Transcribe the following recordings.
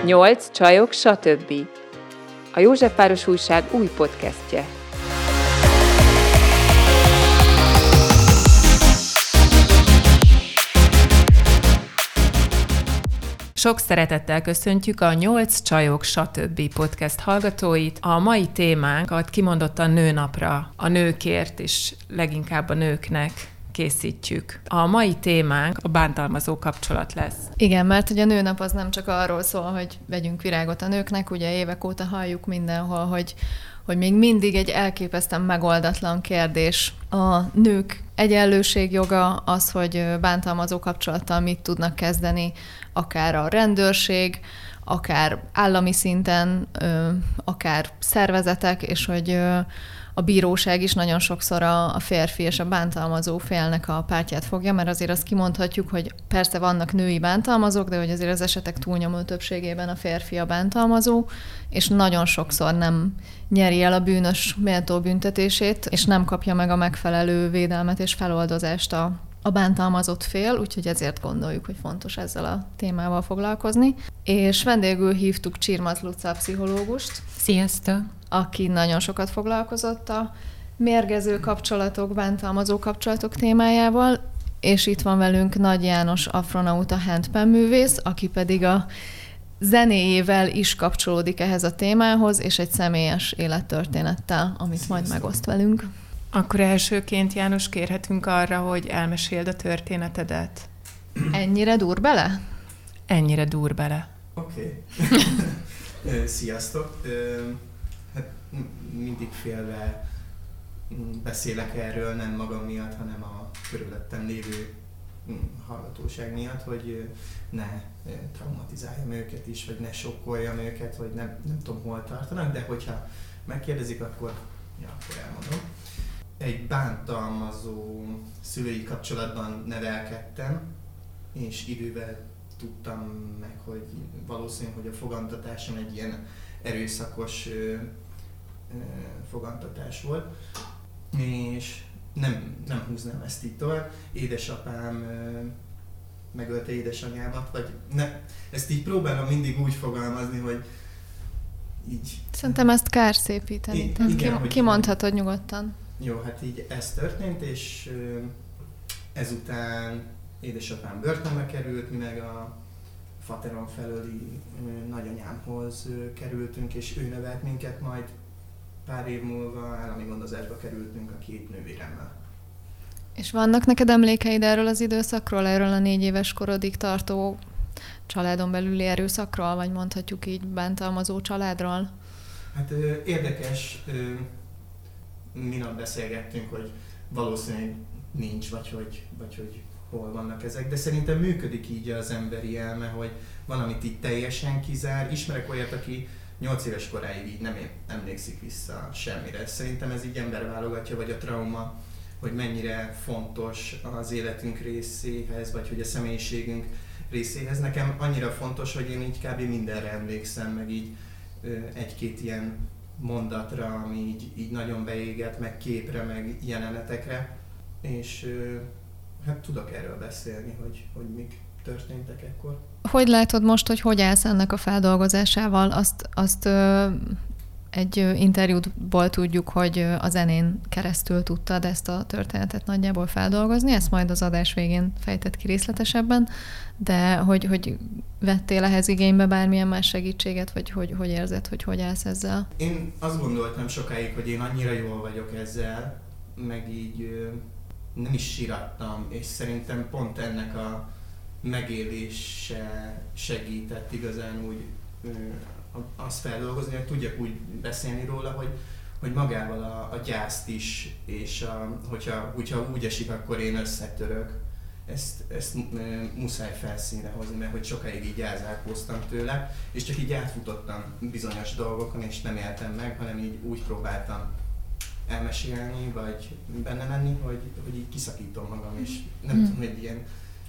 8 csajok, stb. A Józsefváros Újság új podcastje. Sok szeretettel köszöntjük a 8 csajok, stb. Podcast hallgatóit. A mai témánkat kimondottan nőnapra, a nőkért és leginkább a nőknek készítjük. A mai témánk a bántalmazó kapcsolat lesz. Igen, mert ugye a nőnap az nem csak arról szól, hogy vegyünk virágot a nőknek, ugye évek óta halljuk mindenhol, hogy még mindig egy elképesztően megoldatlan kérdés. A nők egyenlőségjoga, az, hogy bántalmazó kapcsolattal mit tudnak kezdeni, akár a rendőrség, akár állami szinten, akár szervezetek, és hogy a bíróság is nagyon sokszor a férfi és a bántalmazó félnek a pártját fogja, mert azért azt kimondhatjuk, hogy persze vannak női bántalmazók, de hogy azért az esetek túlnyomó többségében a férfi a bántalmazó, és nagyon sokszor nem nyeri el a bűnös méltó büntetését, és nem kapja meg a megfelelő védelmet és feloldozást a bántalmazott fél, úgyhogy ezért gondoljuk, hogy fontos ezzel a témával foglalkozni. És vendégül hívtuk Csirmaz Luca pszichológust. Sziasztok! Aki nagyon sokat foglalkozott a mérgező kapcsolatok, bántalmazó kapcsolatok témájával, és itt van velünk Nagy János afronauta handpan művész, aki pedig a zenéjével is kapcsolódik ehhez a témához, és egy személyes élettörténettel, amit majd megoszt velünk. Akkor elsőként, János, kérhetünk arra, hogy elmeséld a történetedet. Ennyire dur bele? Ennyire dur bele. Oké. Sziasztok! Hát mindig félve beszélek erről, nem magam miatt, hanem a körülöttem lévő hallgatóság miatt, hogy ne traumatizáljam őket is, vagy ne sokkoljam őket, hogy nem tudom, hol tartanak, de hogyha megkérdezik, akkor elmondom. Egy bántalmazó szülői kapcsolatban nevelkedtem, és idővel tudtam meg, hogy valószínű, hogy a fogantatásom egy ilyen erőszakos fogantatás volt, és nem húznám ezt így tovább. Édesapám megölte édesanyámat, vagy ezt így próbálom mindig úgy fogalmazni, hogy így... Szerintem ezt kár szépíteni. Kimondhatod nyugodtan. Jó, hát így ez történt, és ezután édesapám börtönbe került, mi meg a fateron felőli nagyanyámhoz kerültünk, és ő nevelt minket, majd pár év múlva állami gondozásba kerültünk a két nővéremmel. És vannak neked emlékeid erről az időszakról, erről a 4 éves korodig tartó családon belüli erőszakról, vagy mondhatjuk így bántalmazó családról? Hát érdekes, minap beszélgettünk, hogy valószínűleg nincs, vagy hogy hol vannak ezek, de szerintem működik így az emberi elme, hogy van, amit így teljesen kizár. Ismerek olyat, aki 8 éves koráig így nem emlékszik vissza semmire. Szerintem ez így emberválogatja, vagy a trauma, hogy mennyire fontos az életünk részéhez, vagy hogy a személyiségünk részéhez. Nekem annyira fontos, hogy én így kb. Mindenre emlékszem, meg így egy-két ilyen mondatra, ami így nagyon beégett, meg képre, meg jelenetekre, és hát tudok erről beszélni, hogy mik történtek ekkor. Hogy látod most, hogy állsz ennek a feldolgozásával? Azt egy interjútból tudjuk, hogy a zenén keresztül tudtad ezt a történetet nagyjából feldolgozni, ezt majd az adás végén fejtett ki részletesebben, de hogy vettél ehhez igénybe bármilyen más segítséget, vagy hogy érzed, hogy állsz ezzel? Én azt gondoltam sokáig, hogy én annyira jól vagyok ezzel, meg így nem is sírattam, és szerintem pont ennek a megélése segített igazán úgy azt feldolgozni, hogy tudjak úgy beszélni róla, hogy magával a gyászt is, és hogyha úgy esik, akkor én összetörök. Ezt muszáj felszínre hozni, mert hogy sokáig így elzárkóztam tőle, és csak így átfutottam bizonyos dolgokon, és nem éltem meg, hanem így úgy próbáltam elmesélni, vagy benne lenni, hogy így kiszakítom magam, és nem tudom, hogy ilyen,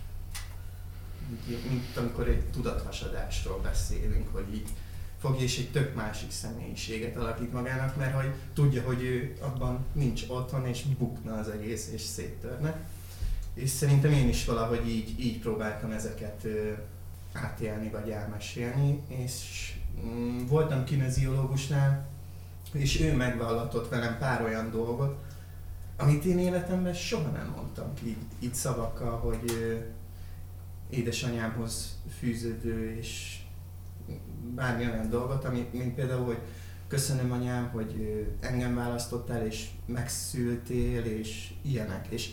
mint amikor egy tudathasadásról beszélünk, hogy így fogja és egy tök másik személyiséget alakít magának, mert hogy tudja, hogy ő abban nincs otthon, és bukna az egész, és széttörne. És szerintem én is valahogy így próbáltam ezeket átélni vagy elmesélni, és voltam kineziológusnál, és ő megvallatott velem pár olyan dolgot, amit én életemben soha nem mondtam ki így szavakkal, hogy édesanyámhoz fűződő, és bármi olyan dolgot, mint például, hogy köszönöm anyám, hogy engem választottál, és megszültél, és ilyenek. És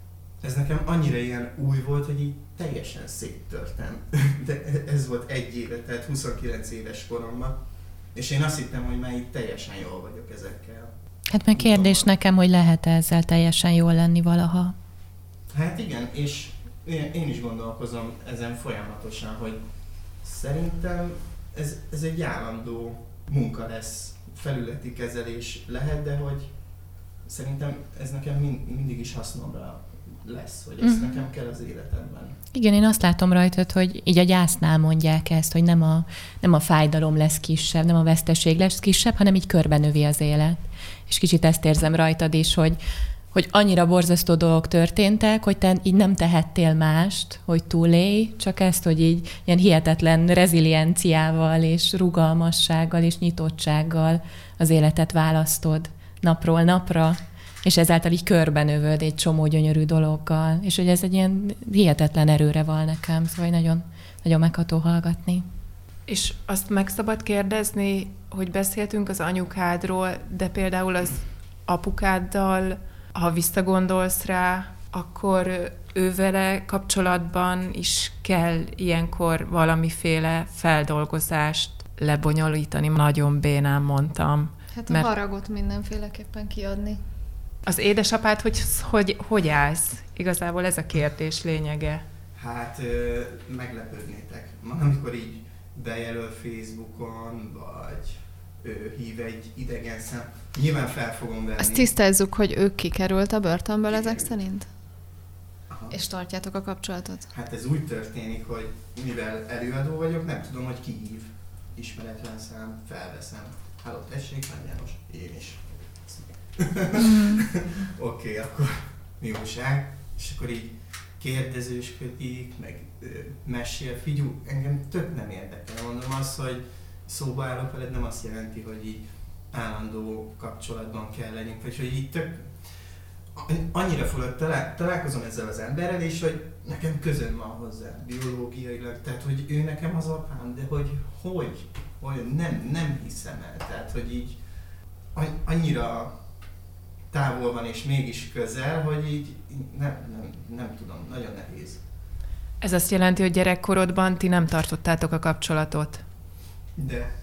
ez nekem annyira ilyen új volt, hogy így teljesen széttörtem. De ez volt 1 éve, tehát 29 éves koromban. És én azt hittem, hogy már így teljesen jól vagyok ezekkel. Hát meg kérdés nekem, hogy lehet ezzel teljesen jól lenni valaha? Hát igen, és én is gondolkozom ezen folyamatosan, hogy szerintem ez egy állandó munka lesz, felületi kezelés lehet, de hogy szerintem ez nekem mindig is hasznomra lesz, hogy ez nekem kell az életemben. Igen, én azt látom rajtad, hogy így a gyásznál mondják ezt, hogy nem a fájdalom lesz kisebb, nem a veszteség lesz kisebb, hanem így körbenövi az élet. És kicsit ezt érzem rajtad is, hogy annyira borzasztó dolgok történtek, hogy te így nem tehettél mást, hogy túlélj, csak ezt, hogy így ilyen hihetetlen rezilienciával és rugalmassággal és nyitottsággal az életet választod napról napra, és ezáltal így körbenövöd egy csomó gyönyörű dologgal, és hogy ez egy ilyen hihetetlen erőre val nekem, szóval nagyon, nagyon megható hallgatni. És azt meg szabad kérdezni, hogy beszéltünk az anyukádról, de például az apukáddal, ha visszagondolsz rá, akkor ővele kapcsolatban is kell ilyenkor valamiféle feldolgozást lebonyolítani. Nagyon bénán mondtam. Hát a haragot mindenféleképpen kiadni. Az édesapád, hogy állsz? Igazából ez a kérdés lényege. Hát meglepődnétek. Amikor így bejelöl Facebookon, vagy hív egy idegen szem, nyilván fel fogom venni. Azt tisztázzuk, hogy ő kikerült a börtönből Igen. ezek szerint? Aha. És tartjátok a kapcsolatot? Hát ez úgy történik, hogy mivel előadó vagyok, nem tudom, hogy ki hív. Ismeretlen szám, felveszem. Halló, tessék, Nagy János. Én is. Oké, akkor mi újság? És akkor így kérdezősködik, meg mesél. Figyú, engem tök nem érdekel. Mondom azt, hogy szóba állok veled, nem azt jelenti, hogy így állandó kapcsolatban kell legyünk, vagy hogy így tök annyira fölött találkozom ezzel az emberrel, és hogy nekem közöm van hozzá biológiailag, tehát hogy ő nekem az apám, de hogy nem hiszem el, tehát hogy így annyira távol van és mégis közel, hogy így nem tudom, nagyon nehéz. Ez azt jelenti, hogy gyerekkorodban ti nem tartottátok a kapcsolatot? De.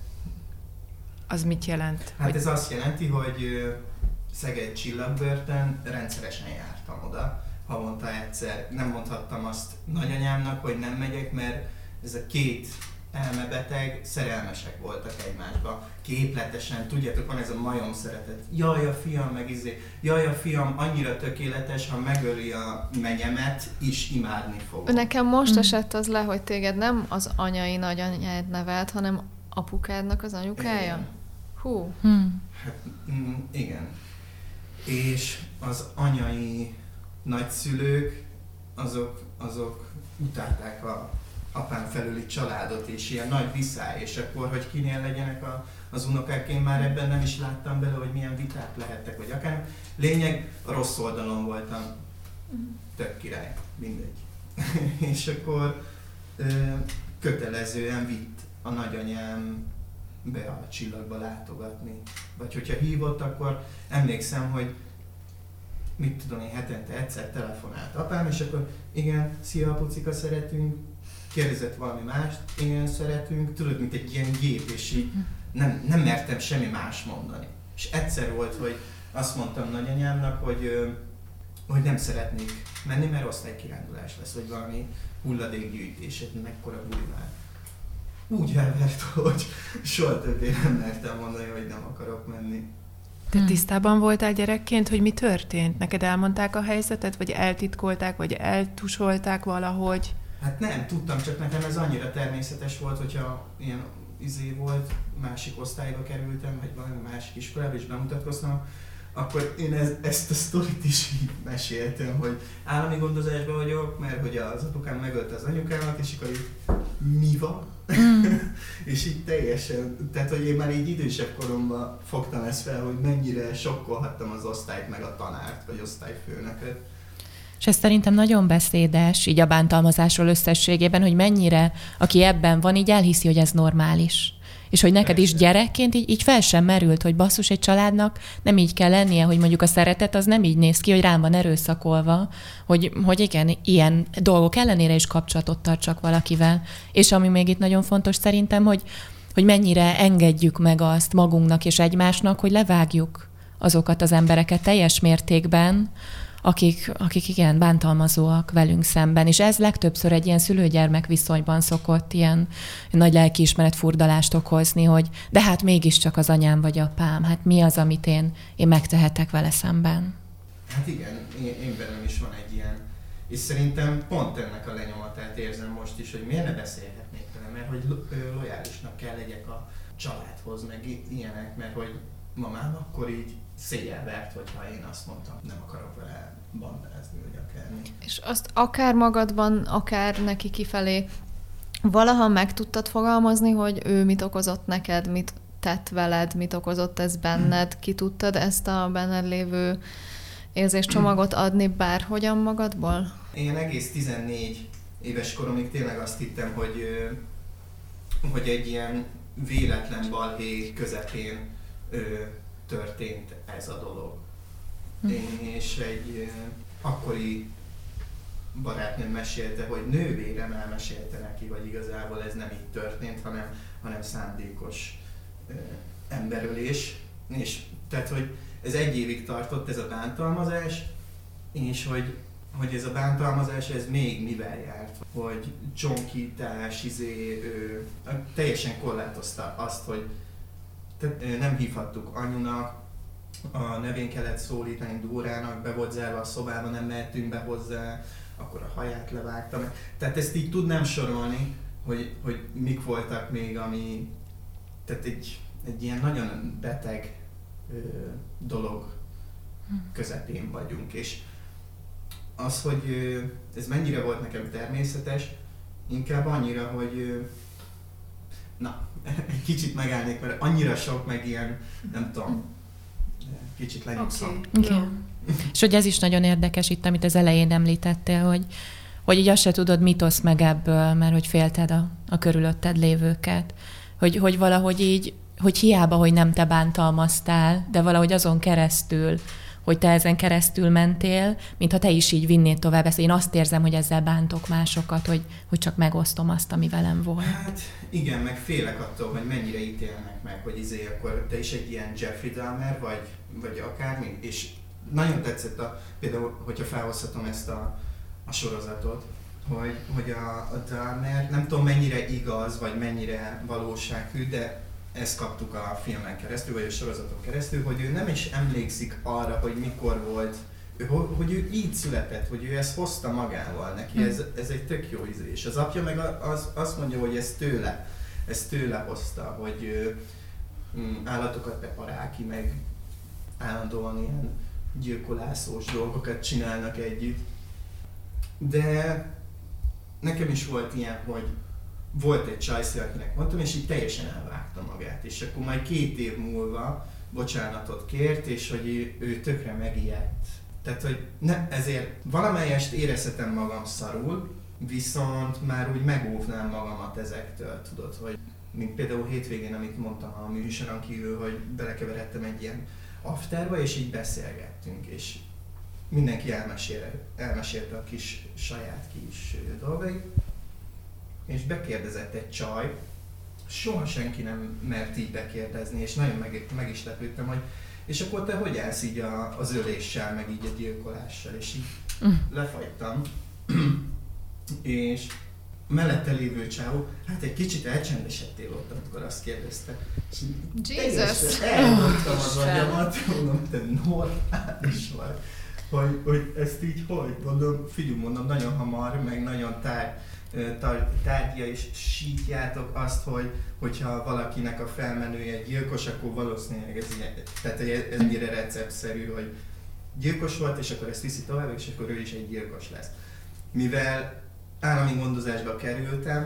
Az mit jelent? Hát ez azt jelenti, hogy Szeged Csillagbörtön, rendszeresen jártam oda, havonta egyszer. Nem mondhattam azt nagyanyámnak, hogy nem megyek, mert ez a 2 elmebeteg szerelmesek voltak egymásba. Képletesen, tudjátok, van ez a majom szeretet. Jaj, a fiam, meg jaj, a fiam annyira tökéletes, ha megöli a menyemet, is imádni fogom. Nekem most esett az le, hogy téged nem az anyai nagyanyád nevelt, hanem apukádnak az anyukája? Igen. Hú. Hát, igen. És az anyai nagyszülők, azok utálták a apám felüli családot, és ilyen nagy viszály, és akkor, hogy kinél legyenek az unokák, én már ebben nem is láttam bele, hogy milyen viták lehettek, vagy akár. Lényeg, a rossz oldalon voltam. Tök király, mindegy. És akkor kötelezően vitt a nagyanyám be a Csillagba látogatni. Vagy hogyha hívott, akkor emlékszem, hogy mit tudom én, hetente egyszer telefonált apám, és akkor igen, szia apucika, szeretünk, kérdezett valami mást, igen, szeretünk, tudod, mint egy ilyen gép, és így nem mertem semmi más mondani. És egyszer volt, hogy azt mondtam nagyanyámnak, hogy nem szeretnék menni, mert osztálykirándulás lesz, vagy valami hulladékgyűjtés, egy mekkora buli már. Úgy elvert, hogy soha többé nem mertem mondani, hogy nem akarok menni. Te tisztában voltál gyerekként, hogy mi történt? Neked elmondták a helyzetet, vagy eltitkolták, vagy eltusolták valahogy? Hát nem, tudtam, csak nekem ez annyira természetes volt, hogyha ilyen volt, másik osztályba kerültem, vagy valami másik iskolába, és bemutatkoztam, akkor én ezt a sztorit is így meséltem, hogy állami gondozásban vagyok, mert hogy az apukám megölte az anyukámat, és akkor így mi van? És így teljesen, tehát hogy én már így idősebb koromban fogtam ezt fel, hogy mennyire sokkolhattam az osztályt, meg a tanárt, vagy osztályfőnököt. És ez szerintem nagyon beszédes, így a bántalmazásról összességében, hogy mennyire, aki ebben van, így elhiszi, hogy ez normális. És hogy neked is gyerekként így fel sem merült, hogy basszus, egy családnak nem így kell lennie, hogy mondjuk a szeretet az nem így néz ki, hogy rám van erőszakolva, hogy igen, ilyen dolgok ellenére is kapcsolatot tartsak valakivel. És ami még itt nagyon fontos szerintem, hogy mennyire engedjük meg azt magunknak és egymásnak, hogy levágjuk azokat az embereket teljes mértékben, akik igen, bántalmazóak velünk szemben. És ez legtöbbször egy ilyen szülő-gyermek viszonyban szokott ilyen nagy lelkiismeret furdalást okozni, hogy de hát mégiscsak az anyám vagy apám, hát mi az, amit én megtehetek vele szemben? Hát igen, én bennem is van egy ilyen. És szerintem pont ennek a lenyomatát érzem most is, hogy miért ne beszélhetnék vele, mert hogy lojálisnak kell legyek a családhoz, meg ilyenek, mert hogy mamám akkor így széjjel vert, hogyha én azt mondtam, nem akarok vele bandázni, vagy akármi. És azt akár magadban, akár neki kifelé valaha meg tudtad fogalmazni, hogy ő mit okozott neked, mit tett veled, mit okozott ez benned, ki tudtad ezt a benned lévő érzéscsomagot adni bárhogyan magadból? Én egész 14 éves koromig tényleg azt hittem, hogy egy ilyen véletlen balhé közepén történt ez a dolog. És egy akkori barátnőm mesélte, hogy nővérem elmesélte neki, hogy igazából ez nem így történt, hanem szándékos emberölés. És tehát, hogy ez 1 évig tartott ez a bántalmazás, és hogy ez a bántalmazás, ez még mivel járt, hogy csonkítás, teljesen korlátozta azt, hogy nem hívhattuk anyunak, a nevén kellett szólítani Dórának, be volt zárva a szobába, nem mehetünk be hozzá, akkor a haját levágtam. Tehát ezt így tudnám sorolni, hogy mik voltak még, ami... Tehát egy ilyen nagyon beteg dolog közepén vagyunk. És az, hogy ez mennyire volt nekem természetes, inkább annyira, hogy egy kicsit megállnék, mert annyira sok, meg ilyen, nem tudom, kicsit lenyugszom. Okay. És hogy ez is nagyon érdekes itt, amit az elején említettél, hogy így azt se tudod, mit osz meg ebből, mert hogy félted a körülötted lévőket. Hogy valahogy így, hogy hiába, hogy nem te bántalmaztál, de valahogy azon keresztül, hogy te ezen keresztül mentél, mintha te is így vinnéd tovább ezt. Én azt érzem, hogy ezzel bántok másokat, hogy csak megosztom azt, ami velem volt. Hát igen, meg félek attól, hogy mennyire ítélnek meg, hogy akkor te is egy ilyen Jeffrey Dahmer vagy akármi. És nagyon tetszett például, hogyha felhozhatom ezt a sorozatot, hogy a Dahmer, nem tudom mennyire igaz, vagy mennyire valósághű, de ezt kaptuk a filmen keresztül, vagy a sorozaton keresztül, hogy ő nem is emlékszik arra, hogy mikor volt, hogy ő így született, hogy ő ezt hozta magával neki, ez egy tök jó ízlés. Az apja meg azt mondja, hogy ezt tőle hozta, hogy állatokat beparál ki, meg állandóan ilyen gyilkolászós dolgokat csinálnak együtt. De nekem is volt ilyen, hogy volt egy csajszé, akinek mondtam, és így teljesen elvágta magát. És akkor majd 2 év múlva bocsánatot kért, és hogy ő tökre megijedt. Tehát, hogy ezért valamelyest érezhetem magam szarul, viszont már úgy megóvnám magamat ezektől, tudod, hogy mint például hétvégén, amit mondtam a műsoron kívül, hogy belekeveredtem egy ilyen afterba, és így beszélgettünk, és mindenki elmesélte a saját kis dolgait, és bekérdezett egy csaj, soha senki nem mert így bekérdezni, és nagyon meg is lepődtem, hogy és akkor te hogy állsz így az öléssel, meg így a gyilkolással, és így lefagytam. És mellette lévő csávó, hát egy kicsit elcsendesedtél ott, amikor azt kérdezte. Jesus! Elmondtam az agyamat, mondom, te normális vagy. Hogy ezt így hogy? Mondom, nagyon hamar, meg nagyon tárgya és sítjátok azt, hogyha valakinek a felmenője gyilkos, akkor valószínűleg ez ennyire receptszerű, hogy gyilkos volt, és akkor ezt viszi tovább, és akkor ő is egy gyilkos lesz. Mivel állami gondozásba kerültem,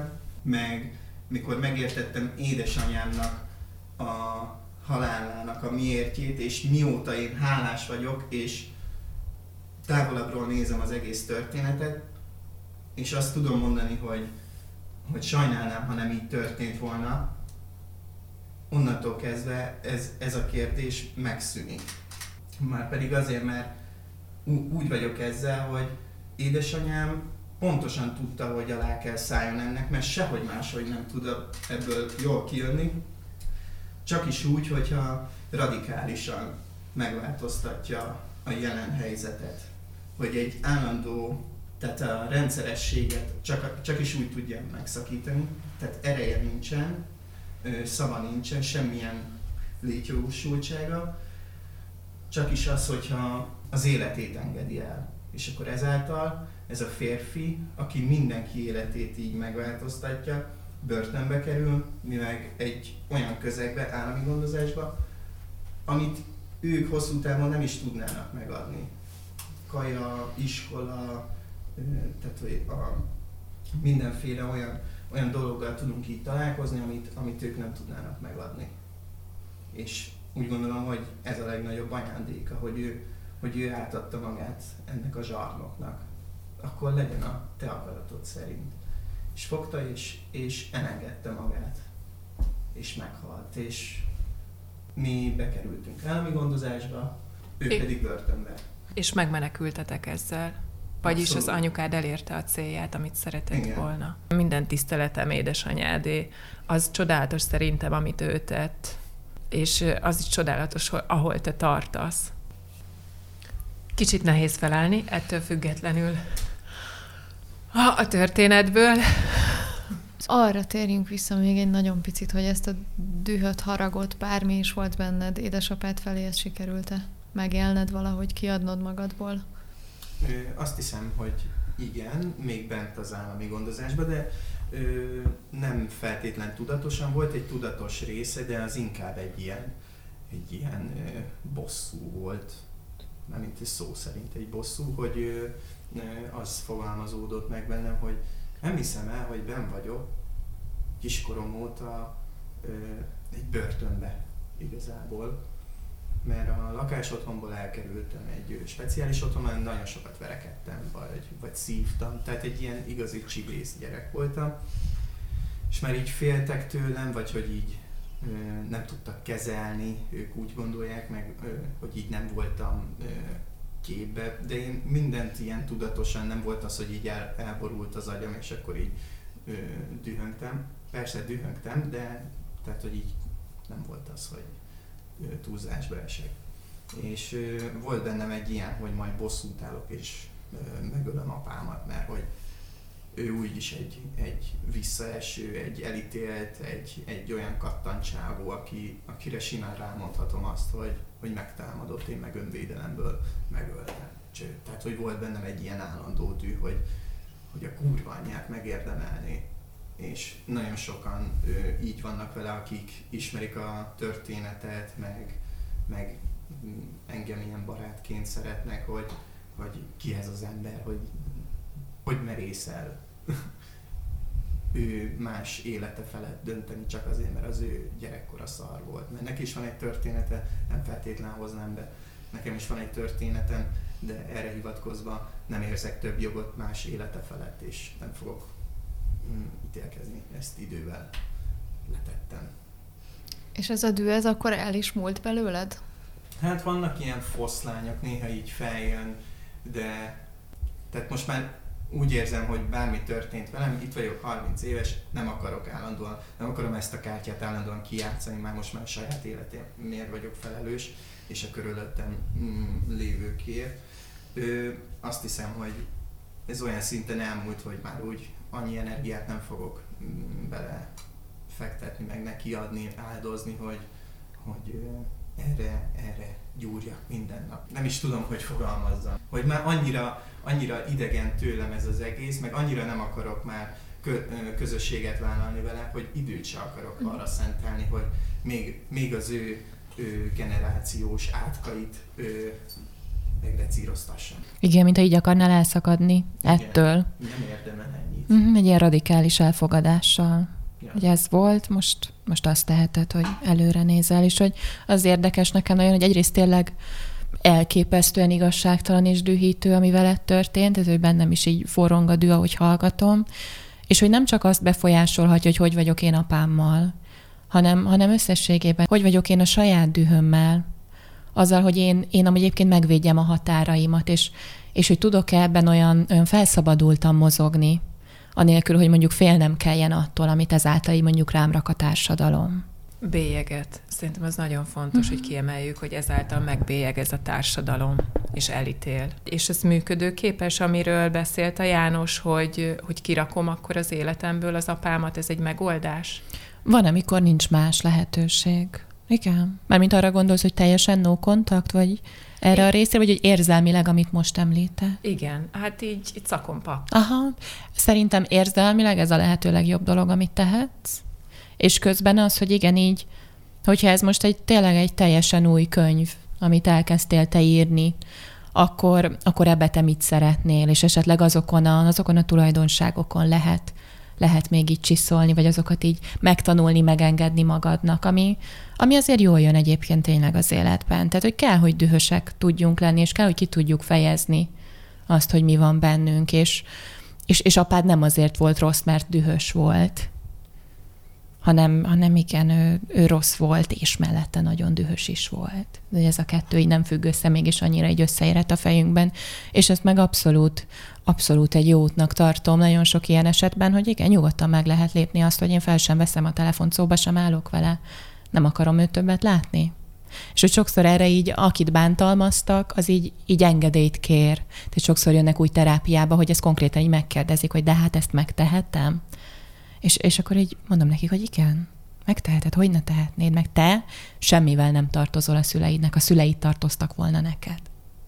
meg mikor megértettem édesanyámnak a halálának a miértjét, és mióta én hálás vagyok, és távolabbról nézem az egész történetet, és azt tudom mondani, hogy sajnálnám, ha nem így történt volna, onnantól kezdve ez a kérdés megszűnik. Márpedig azért, mert úgy vagyok ezzel, hogy édesanyám pontosan tudta, hogy alá kell szálljon ennek, mert sehogy máshogy nem tud ebből jól kijönni, csak is úgy, hogyha radikálisan megváltoztatja a jelen helyzetet. Hogy egy állandó, tehát a rendszerességet csak is úgy tudja megszakítani, tehát ereje nincsen, szava nincsen, semmilyen létjogosultsága, csak is az, hogyha az életét engedi el. És akkor ezáltal ez a férfi, aki mindenki életét így megváltoztatja, börtönbe kerül, mi meg egy olyan közegbe, állami gondozásba, amit ők hosszú távon nem is tudnának megadni. Kaja, iskola, tehát mindenféle olyan dologgal tudunk így találkozni, amit ők nem tudnának megadni. És úgy gondolom, hogy ez a legnagyobb ajándéka, hogy ő átadta magát ennek a zsarnoknak. Akkor legyen a te akaratod szerint. És fogta, és elengedte magát. És meghalt. És mi bekerültünk állami gondozásba, ő pedig börtönbe. És megmenekültetek ezzel. Vagyis abszolút. Az anyukád elérte a célját, amit szeretett volna. Minden tiszteletem édesanyádé. Az csodálatos szerintem, amit ő tett. És az is csodálatos, ahol te tartasz. Kicsit nehéz felállni, ettől függetlenül a történetből. Arra térjünk vissza még egy nagyon picit, hogy ezt a dühöt, haragot, bármi is volt benned, édesapád felé ezt sikerült-e megélned valahogy, kiadnod magadból? Azt hiszem, hogy igen, még bent az állami gondozásban, de nem feltétlen tudatosan volt, egy tudatos része, de az inkább egy ilyen bosszú volt, mármint szó szerint egy bosszú, hogy az fogalmazódott meg bennem, hogy nem hiszem el, hogy benn vagyok kiskorom óta egy börtönbe igazából, mert a lakásotthonból elkerültem egy speciális otthonba, nagyon sokat verekedtem, vagy szívtam, tehát egy ilyen igazi csibész gyerek voltam, és már így féltek tőlem, vagy hogy így nem tudtak kezelni, ők úgy gondolják meg, hogy így nem voltam képbe, de én mindent ilyen tudatosan, nem volt az, hogy így elborult az agyam, és akkor így dühöngtem. Persze dühöngtem, de tehát, hogy így nem volt az, hogy túlzásba esek. És volt bennem egy ilyen, hogy majd bosszút állok, és megölöm apámat, mert hogy ő úgyis egy visszaeső, egy elítélt, egy olyan kattantságú, akire simán rámondhatom azt, hogy megtámadott, én meg önvédelemből megöltem. Tehát, hogy volt bennem egy ilyen állandó dű, hogy a kurva anyját megérdemelni. És nagyon sokan így vannak vele, akik ismerik a történetet, meg engem ilyen barátként szeretnek, hogy ki ez az ember, hogy merészel ő más élete felett dönteni csak azért, mert az ő gyerekkora szar volt. Mert neki is van egy története, nem feltétlen hoznám be. Nekem is van egy történetem, de erre hivatkozva nem érzek több jogot más élete felett, és nem fogok ítélkezni. Ezt idővel letettem. És ez a dű, ez akkor el is múlt belőled? Hát vannak ilyen foszlányok, néha így feljön, de tehát most már úgy érzem, hogy bármi történt velem, itt vagyok 30 éves, nem akarom ezt a kártyát állandóan kijátszani, most már a saját életemért vagyok felelős, és a körülöttem lévőkért. Azt hiszem, hogy ez olyan szinten elmúlt, hogy már úgy annyi energiát nem fogok bele fektetni, meg neki adni, áldozni, hogy erre gyúrjak minden nap. Nem is tudom, hogy fogalmazzam. Hogy már annyira idegen tőlem ez az egész, meg annyira nem akarok már közösséget vállalni vele, hogy időt se akarok arra szentelni, hogy még az ő generációs átkait megdecíroztassam. Igen, mintha így akarnál elszakadni ettől. Nem érdemel ennyit. Egy ilyen radikális elfogadással. Ja. Hogy ez volt, most azt teheted, hogy előre nézel, és hogy az érdekes nekem nagyon, hogy egyrészt tényleg elképesztően igazságtalan és dühítő, ami veled történt, ez, hogy bennem is így forrong a düh, ahogy hallgatom, és hogy nem csak azt befolyásolhatja, hogy vagyok én apámmal, hanem összességében, hogy vagyok én a saját dühömmel, azzal, hogy én amúgy egyébként megvédjem a határaimat, és hogy tudok-e ebben olyan felszabadultan mozogni, anélkül, hogy mondjuk félnem kelljen attól, amit ezáltal így mondjuk rám rak a társadalom. Bélyeget. Szerintem az nagyon fontos, hogy kiemeljük, hogy ezáltal megbélyeg a társadalom, és elítél. És ez működőképes, amiről beszélt a János, hogy kirakom akkor az életemből az apámat, ez egy megoldás? Van, amikor nincs más lehetőség. Igen. Mármint arra gondolsz, hogy teljesen no contact, vagy erre a részre, vagy hogy érzelmileg, amit most említett? Igen, hát így szakompa. Aha. Szerintem érzelmileg ez a lehető legjobb dolog, amit tehetsz. És közben az, hogy igen, így, hogyha ez most tényleg egy teljesen új könyv, amit elkezdtél te írni, akkor ebbe te mit szeretnél, és esetleg azokon a tulajdonságokon lehet még így csiszolni, vagy azokat így megtanulni, megengedni magadnak, ami azért jól jön egyébként tényleg az életben. Tehát, hogy kell, hogy dühösek tudjunk lenni, és kell, hogy ki tudjuk fejezni azt, hogy mi van bennünk, és apád nem azért volt rossz, mert dühös volt, hanem igen, ő rossz volt, és mellette nagyon dühös is volt. De ez a kettő így nem függ össze, mégis annyira így összeérett a fejünkben. És ezt meg abszolút egy jó útnak tartom nagyon sok ilyen esetben, hogy igen, nyugodtan meg lehet lépni azt, hogy én fel sem veszem a telefont, szóba sem állok vele. Nem akarom őt többet látni. És hogy sokszor erre így, akit bántalmaztak, az így engedélyt kér. Tehát sokszor jönnek úgy terápiába, hogy ezt konkrétan így megkérdezik, hogy de hát ezt megtehettem. És akkor így mondom nekik, hogy igen, megteheted, hogy ne tehetnéd, meg te semmivel nem tartozol a szüleidnek, a szüleid tartoztak volna neked.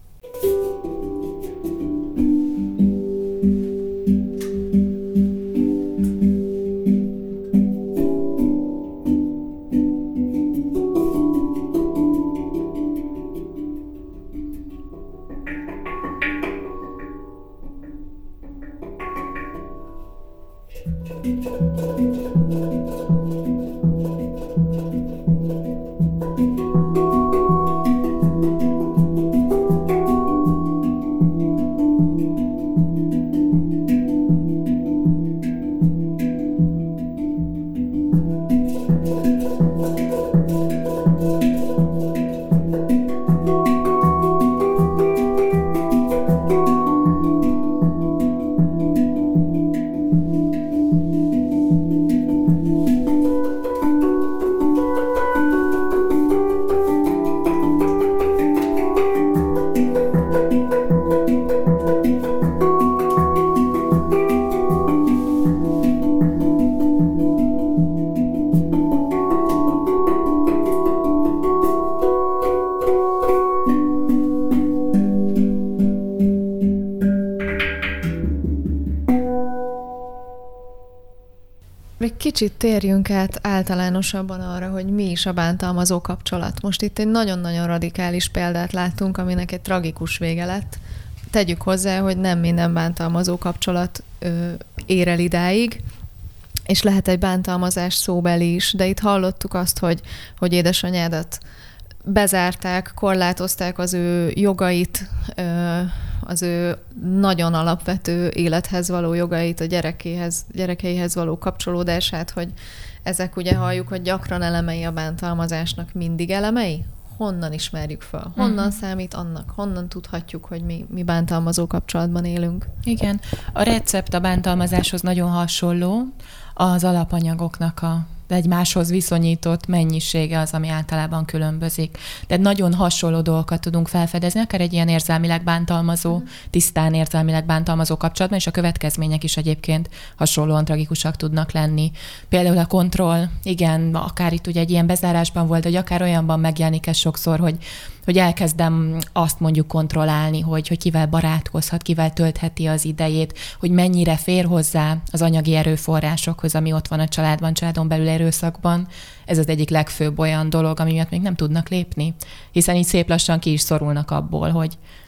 Kicsit térjünk át általánosabban arra, hogy mi is a bántalmazó kapcsolat. Most itt egy nagyon-nagyon radikális példát láttunk, aminek egy tragikus vége lett. Tegyük hozzá, hogy nem minden bántalmazó kapcsolat ér el idáig, és lehet egy bántalmazás szóbeli is, de itt hallottuk azt, hogy édesanyádat bezárták, korlátozták az ő jogait, az ő nagyon alapvető élethez való jogait, a gyerekeihez való kapcsolódását, hogy ezek ugye halljuk, hogy gyakran elemei a bántalmazásnak, mindig elemei? Honnan ismerjük fel? Honnan számít annak? Honnan tudhatjuk, hogy mi bántalmazó kapcsolatban élünk? Igen. A recept a bántalmazáshoz nagyon hasonló, az alapanyagoknak de egymáshoz viszonyított mennyisége az, ami általában különbözik. De nagyon hasonló dolgokat tudunk felfedezni, akár egy ilyen érzelmileg bántalmazó, tisztán érzelmileg bántalmazó kapcsolatban, és a következmények is egyébként hasonlóan tragikusak tudnak lenni. Például a kontroll, igen, akár itt ugye egy ilyen bezárásban volt, hogy akár olyanban megjelenik ez sokszor, hogy elkezdem azt mondjuk kontrollálni, hogy kivel barátkozhat, kivel töltheti az idejét, hogy mennyire fér hozzá az anyagi erőforrásokhoz, ami ott van a családon belül erőszakban. Ez az egyik legfőbb olyan dolog, ami miatt még nem tudnak lépni. Hiszen így szép lassan ki is szorulnak abból,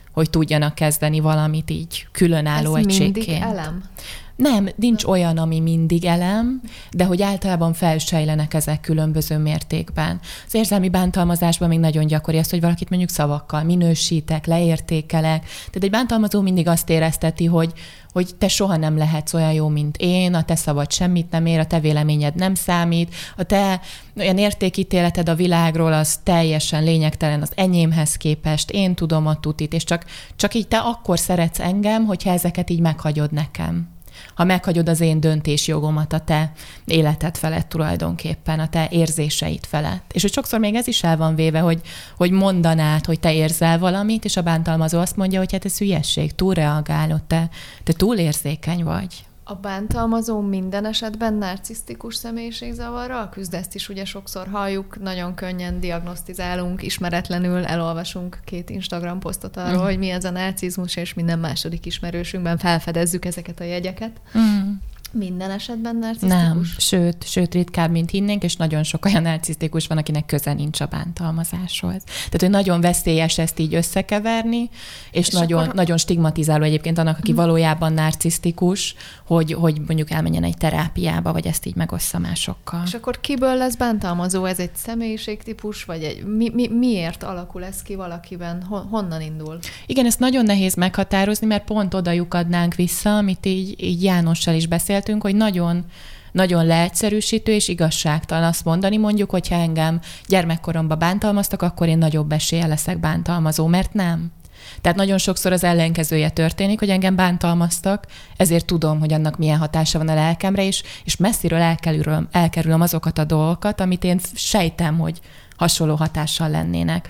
hogy tudjanak kezdeni valamit így különálló egységként. Ez mindig elem? Nem, nincs olyan, ami mindig elem, de hogy általában felsejlenek ezek különböző mértékben. Az érzelmi bántalmazásban még nagyon gyakori az, hogy valakit mondjuk szavakkal minősítek, leértékelek. Tehát egy bántalmazó mindig azt érezteti, hogy te soha nem lehetsz olyan jó, mint én, a te szavad semmit nem ér, a te véleményed nem számít, a te olyan értékítéleted a világról az teljesen lényegtelen az enyémhez képest, én tudom a tutit, és csak így te akkor szeretsz engem, hogyha ezeket így meghagyod nekem. Ha meghagyod az én döntésjogomat a te életed felett tulajdonképpen, a te érzéseid felett. És hogy sokszor még ez is el van véve, hogy mondanád, hogy te érzel valamit, és a bántalmazó azt mondja, hogy hát ez hülyesség, túlreagálod, te túlérzékeny vagy. A bántalmazó minden esetben narcisztikus személyiségzavarral küzd, ezt is ugye sokszor halljuk, nagyon könnyen diagnosztizálunk, ismeretlenül elolvasunk 2 Instagram posztot arról, hogy mi ez a narcizmus, és minden második ismerősünkben felfedezzük ezeket a jegyeket. Minden esetben narcisztikus? Nem, sőt ritkább, mint hinnénk, és nagyon sok olyan narcisztikus van, akinek köze nincs a bántalmazáshoz. Tehát, hogy nagyon veszélyes ezt így összekeverni, és nagyon stigmatizáló egyébként annak, aki valójában narcisztikus, hogy mondjuk elmenjen egy terápiába, vagy ezt így megossza másokkal. És akkor kiből lesz bántalmazó? Ez egy személyiségtípus, vagy miért alakul ez ki valakiben? Honnan indul? Igen, ezt nagyon nehéz meghatározni, mert pont oda lyukadnánk vissza, amit így Jánossal is beszéltünk, hogy nagyon, nagyon leegyszerűsítő és igazságtalan azt mondani, mondjuk, hogyha engem gyermekkoromban bántalmaztak, akkor én nagyobb eséllyel leszek bántalmazó, mert nem. Tehát nagyon sokszor az ellenkezője történik, hogy engem bántalmaztak, ezért tudom, hogy annak milyen hatása van a lelkemre, és messziről elkerülöm azokat a dolgokat, amit én sejtem, hogy hasonló hatással lennének.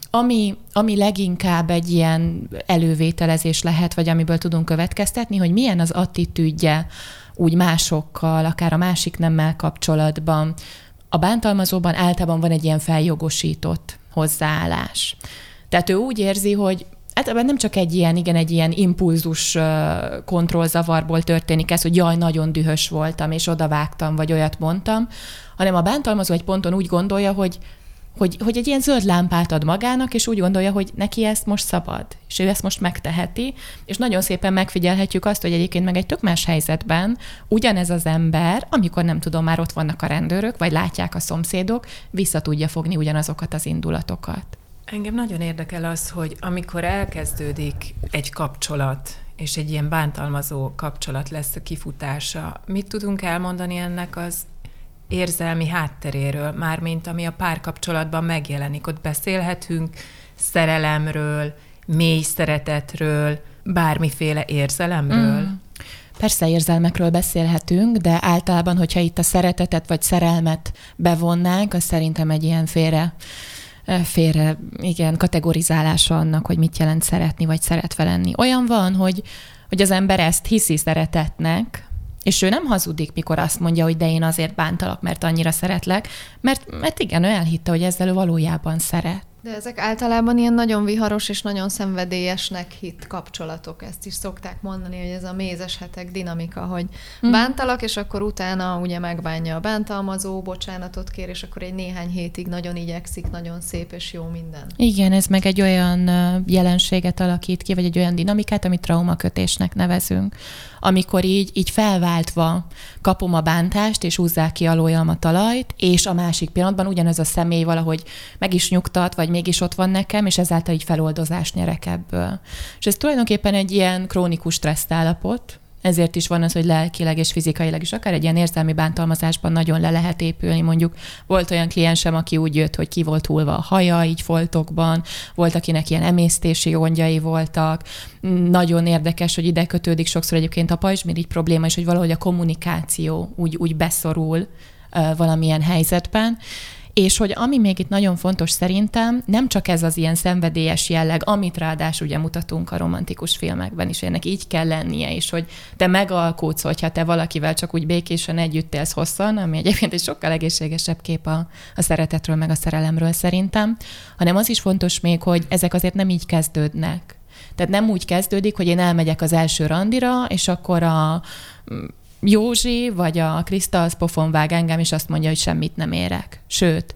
Ami leginkább egy ilyen elővételezés lehet, vagy amiből tudunk következtetni, hogy milyen az attitűdje úgy másokkal, akár a másik nemmel kapcsolatban. A bántalmazóban általában van egy ilyen feljogosított hozzáállás. Tehát ő úgy érzi, hogy ebben nem csak egy ilyen impulzus kontrollzavarból történik ez, hogy jaj, nagyon dühös voltam, és odavágtam, vagy olyat mondtam, hanem a bántalmazó egy ponton úgy gondolja, hogy egy ilyen zöld lámpát ad magának, és úgy gondolja, hogy neki ezt most szabad, és ő ezt most megteheti, és nagyon szépen megfigyelhetjük azt, hogy egyébként meg egy tök más helyzetben ugyanez az ember, amikor nem tudom, már ott vannak a rendőrök, vagy látják a szomszédok, vissza tudja fogni ugyanazokat az indulatokat. Engem nagyon érdekel az, hogy amikor elkezdődik egy kapcsolat, és egy ilyen bántalmazó kapcsolat lesz a kifutása, mit tudunk elmondani ennek az érzelmi hátteréről, mármint ami a párkapcsolatban megjelenik. Ott beszélhetünk szerelemről, mély szeretetről, bármiféle érzelemről. Persze érzelmekről beszélhetünk, de általában, hogyha itt a szeretetet vagy szerelmet bevonnánk, az szerintem egy ilyen félre kategorizálása annak, hogy mit jelent szeretni, vagy szeretve lenni. Olyan van, hogy az ember ezt hiszi szeretetnek, és ő nem hazudik, mikor azt mondja, hogy de én azért bántalak, mert annyira szeretlek, mert igen, ő elhitte, hogy ezzel ő valójában szeret. De ezek általában ilyen nagyon viharos és nagyon szenvedélyesnek hitt kapcsolatok. Ezt is szokták mondani, hogy ez a mézes hetek dinamika, hogy bántalak, és akkor utána ugye megbánja a bántalmazó, bocsánatot kér, és akkor egy néhány hétig nagyon igyekszik, nagyon szép és jó minden. Igen, ez meg egy olyan jelenséget alakít ki, vagy egy olyan dinamikát, amit traumakötésnek nevezünk. Amikor így felváltva kapom a bántást, és húzzák ki alólam a talajt, és a másik pillanatban ugyanaz a személy valahogy meg is nyugtat, vagy mégis ott van nekem, és ezáltal így feloldozást nyerek ebből. És ez tulajdonképpen egy ilyen krónikus stresszálapot, ezért is van az, hogy lelkileg és fizikailag is akár egy ilyen érzelmi bántalmazásban nagyon le lehet épülni. Mondjuk volt olyan kliensem, aki úgy jött, hogy ki volt hullva a haja, így foltokban, volt, akinek ilyen emésztési gondjai voltak. Nagyon érdekes, hogy ide kötődik sokszor egyébként a pajzsmirigy probléma, és hogy valahogy a kommunikáció úgy beszorul valamilyen helyzetben. És hogy ami még itt nagyon fontos szerintem, nem csak ez az ilyen szenvedélyes jelleg, amit ráadásul ugye mutatunk a romantikus filmekben is, ennek így kell lennie, és hogy te megalkódsz, hogyha te valakivel csak úgy békésen együtt élsz hosszan, ami egyébként egy sokkal egészségesebb kép a szeretetről, meg a szerelemről szerintem, hanem az is fontos még, hogy ezek azért nem így kezdődnek. Tehát nem úgy kezdődik, hogy én elmegyek az első randira, és akkor a Józsi vagy a Kriszta az pofon vág engem, és azt mondja, hogy semmit nem érek. Sőt,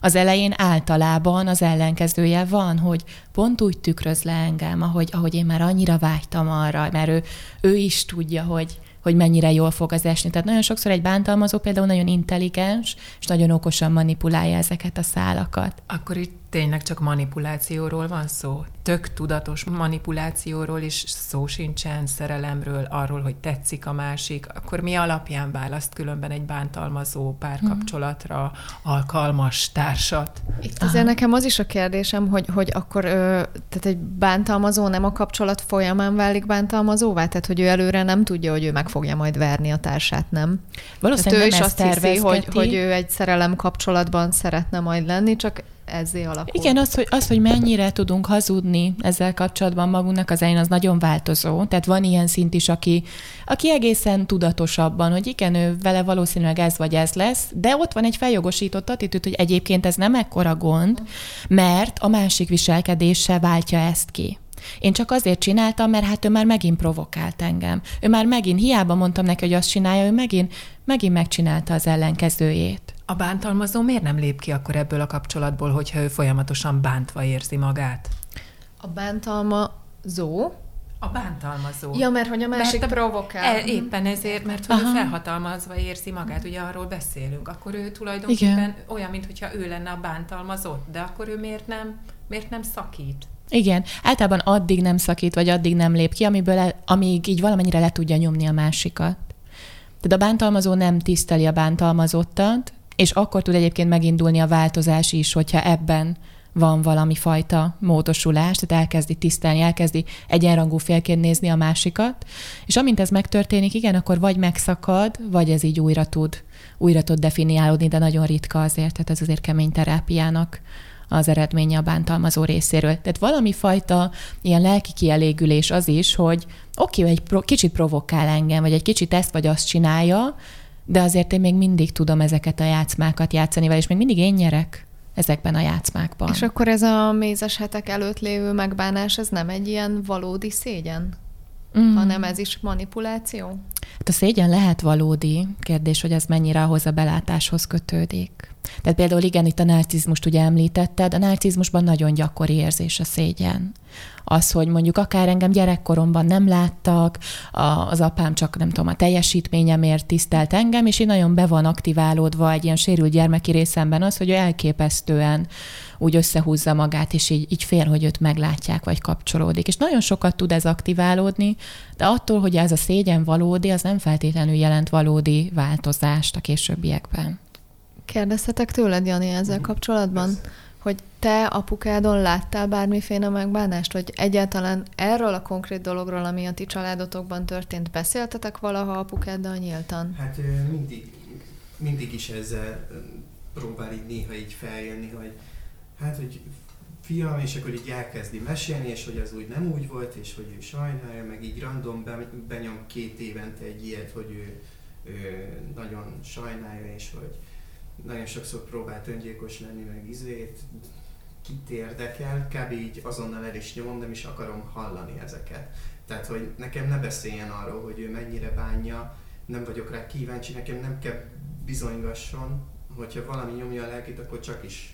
Az elején általában az ellenkezője van, hogy pont úgy tükröz le engem, ahogy én már annyira vágytam arra, mert ő is tudja, hogy mennyire jól fog az esni. Tehát nagyon sokszor egy bántalmazó például nagyon intelligens, és nagyon okosan manipulálja ezeket a szálakat. Akkor itt tényleg csak manipulációról van szó? Tök tudatos manipulációról is szó sincsen, szerelemről, arról, hogy tetszik a másik. Akkor mi alapján választ különben egy bántalmazó párkapcsolatra alkalmas társat? Itt azért nekem az is a kérdésem, hogy akkor tehát egy bántalmazó nem a kapcsolat folyamán válik bántalmazóvá? Tehát, hogy ő előre nem tudja, hogy ő meg fogja majd verni a társát, nem? Valószínűleg ő nem is ezt azt hiszi, tervezgeti. hogy ő egy szerelem kapcsolatban szeretne majd lenni, csak ezzé alakul. Igen, az, hogy mennyire tudunk hazudni ezzel kapcsolatban magunknak, az elején az nagyon változó. Tehát van ilyen szint is, aki egészen tudatos abban, hogy igen, ő vele valószínűleg ez vagy ez lesz, de ott van egy feljogosított attitűd, hogy egyébként ez nem ekkora gond, mert a másik viselkedése váltja ezt ki. Én csak azért csináltam, mert hát ő már megint provokált engem. Ő már megint, hiába mondtam neki, hogy azt csinálja, ő megint megcsinálta az ellenkezőjét. A bántalmazó miért nem lép ki akkor ebből a kapcsolatból, hogyha ő folyamatosan bántva érzi magát? A bántalmazó? A bántalmazó. Ja, mert hogy a másik provokál. Éppen ezért, mert hogy ő felhatalmazva érzi magát, ugye arról beszélünk. Akkor ő tulajdonképpen olyan, mintha ő lenne a bántalmazott, de akkor ő miért nem szakít? Igen, általában addig nem szakít, vagy addig nem lép ki, amíg így valamennyire le tudja nyomni a másikat. Tehát a bántalmazó nem tiszteli a bántalmazottat, és akkor tud egyébként megindulni a változás is, hogyha ebben van valami fajta módosulás, tehát elkezdi tisztelni, elkezdi egyenrangú félként nézni a másikat, és amint ez megtörténik, igen, akkor vagy megszakad, vagy ez így újra tud definiálódni, de nagyon ritka azért, tehát ez azért kemény terápiának az eredménye a bántalmazó részéről. Tehát valami fajta ilyen lelki kielégülés az is, hogy oké, egy kicsit provokál engem, vagy egy kicsit ezt vagy azt csinálja, de azért én még mindig tudom ezeket a játszmákat játszani vele, és még mindig én nyerek ezekben a játszmákban. És akkor ez a mézes hetek előtt lévő megbánás, ez nem egy ilyen valódi szégyen? Hanem ez is manipuláció? Hát a szégyen lehet valódi, kérdés, hogy ez mennyire ahhoz a belátáshoz kötődik. Tehát például igen, itt a narcizmust ugye említetted, a narcizmusban nagyon gyakori érzés a szégyen. Az, hogy mondjuk akár engem gyerekkoromban nem láttak, az apám csak nem tudom, a teljesítményemért tisztelt engem, és így nagyon be van aktiválódva egy ilyen sérült gyermeki részemben az, hogy ő elképesztően úgy összehúzza magát, és így fél, hogy őt meglátják, vagy kapcsolódik. És nagyon sokat tud ez aktiválódni, de attól, hogy ez a szégyen valódi, az nem feltétlenül jelent valódi változást a későbbiekben. Kérdezhetek tőled, Jani, ezzel kapcsolatban, hogy te apukádon láttál bármiféle megbánást, vagy egyáltalán erről a konkrét dologról, ami a ti családotokban történt, beszéltetek valaha apukáddal nyíltan? Hát mindig is ezzel próbál így néha így feljönni, hogy hát, hogy fiam, és akkor így elkezdi mesélni, és hogy az úgy nem úgy volt, és hogy ő sajnálja, meg így random benyom 2 évente egy ilyet, hogy ő nagyon sajnálja, és hogy nagyon sokszor próbált öngyilkos lenni, meg kit érdekel, kb. Így azonnal el is nyomom, nem is akarom hallani ezeket. Tehát, hogy nekem ne beszéljen arról, hogy ő mennyire bánja, nem vagyok rá kíváncsi, nekem nem kell bizonygasson, hogyha valami nyomja a lelkét, akkor csak is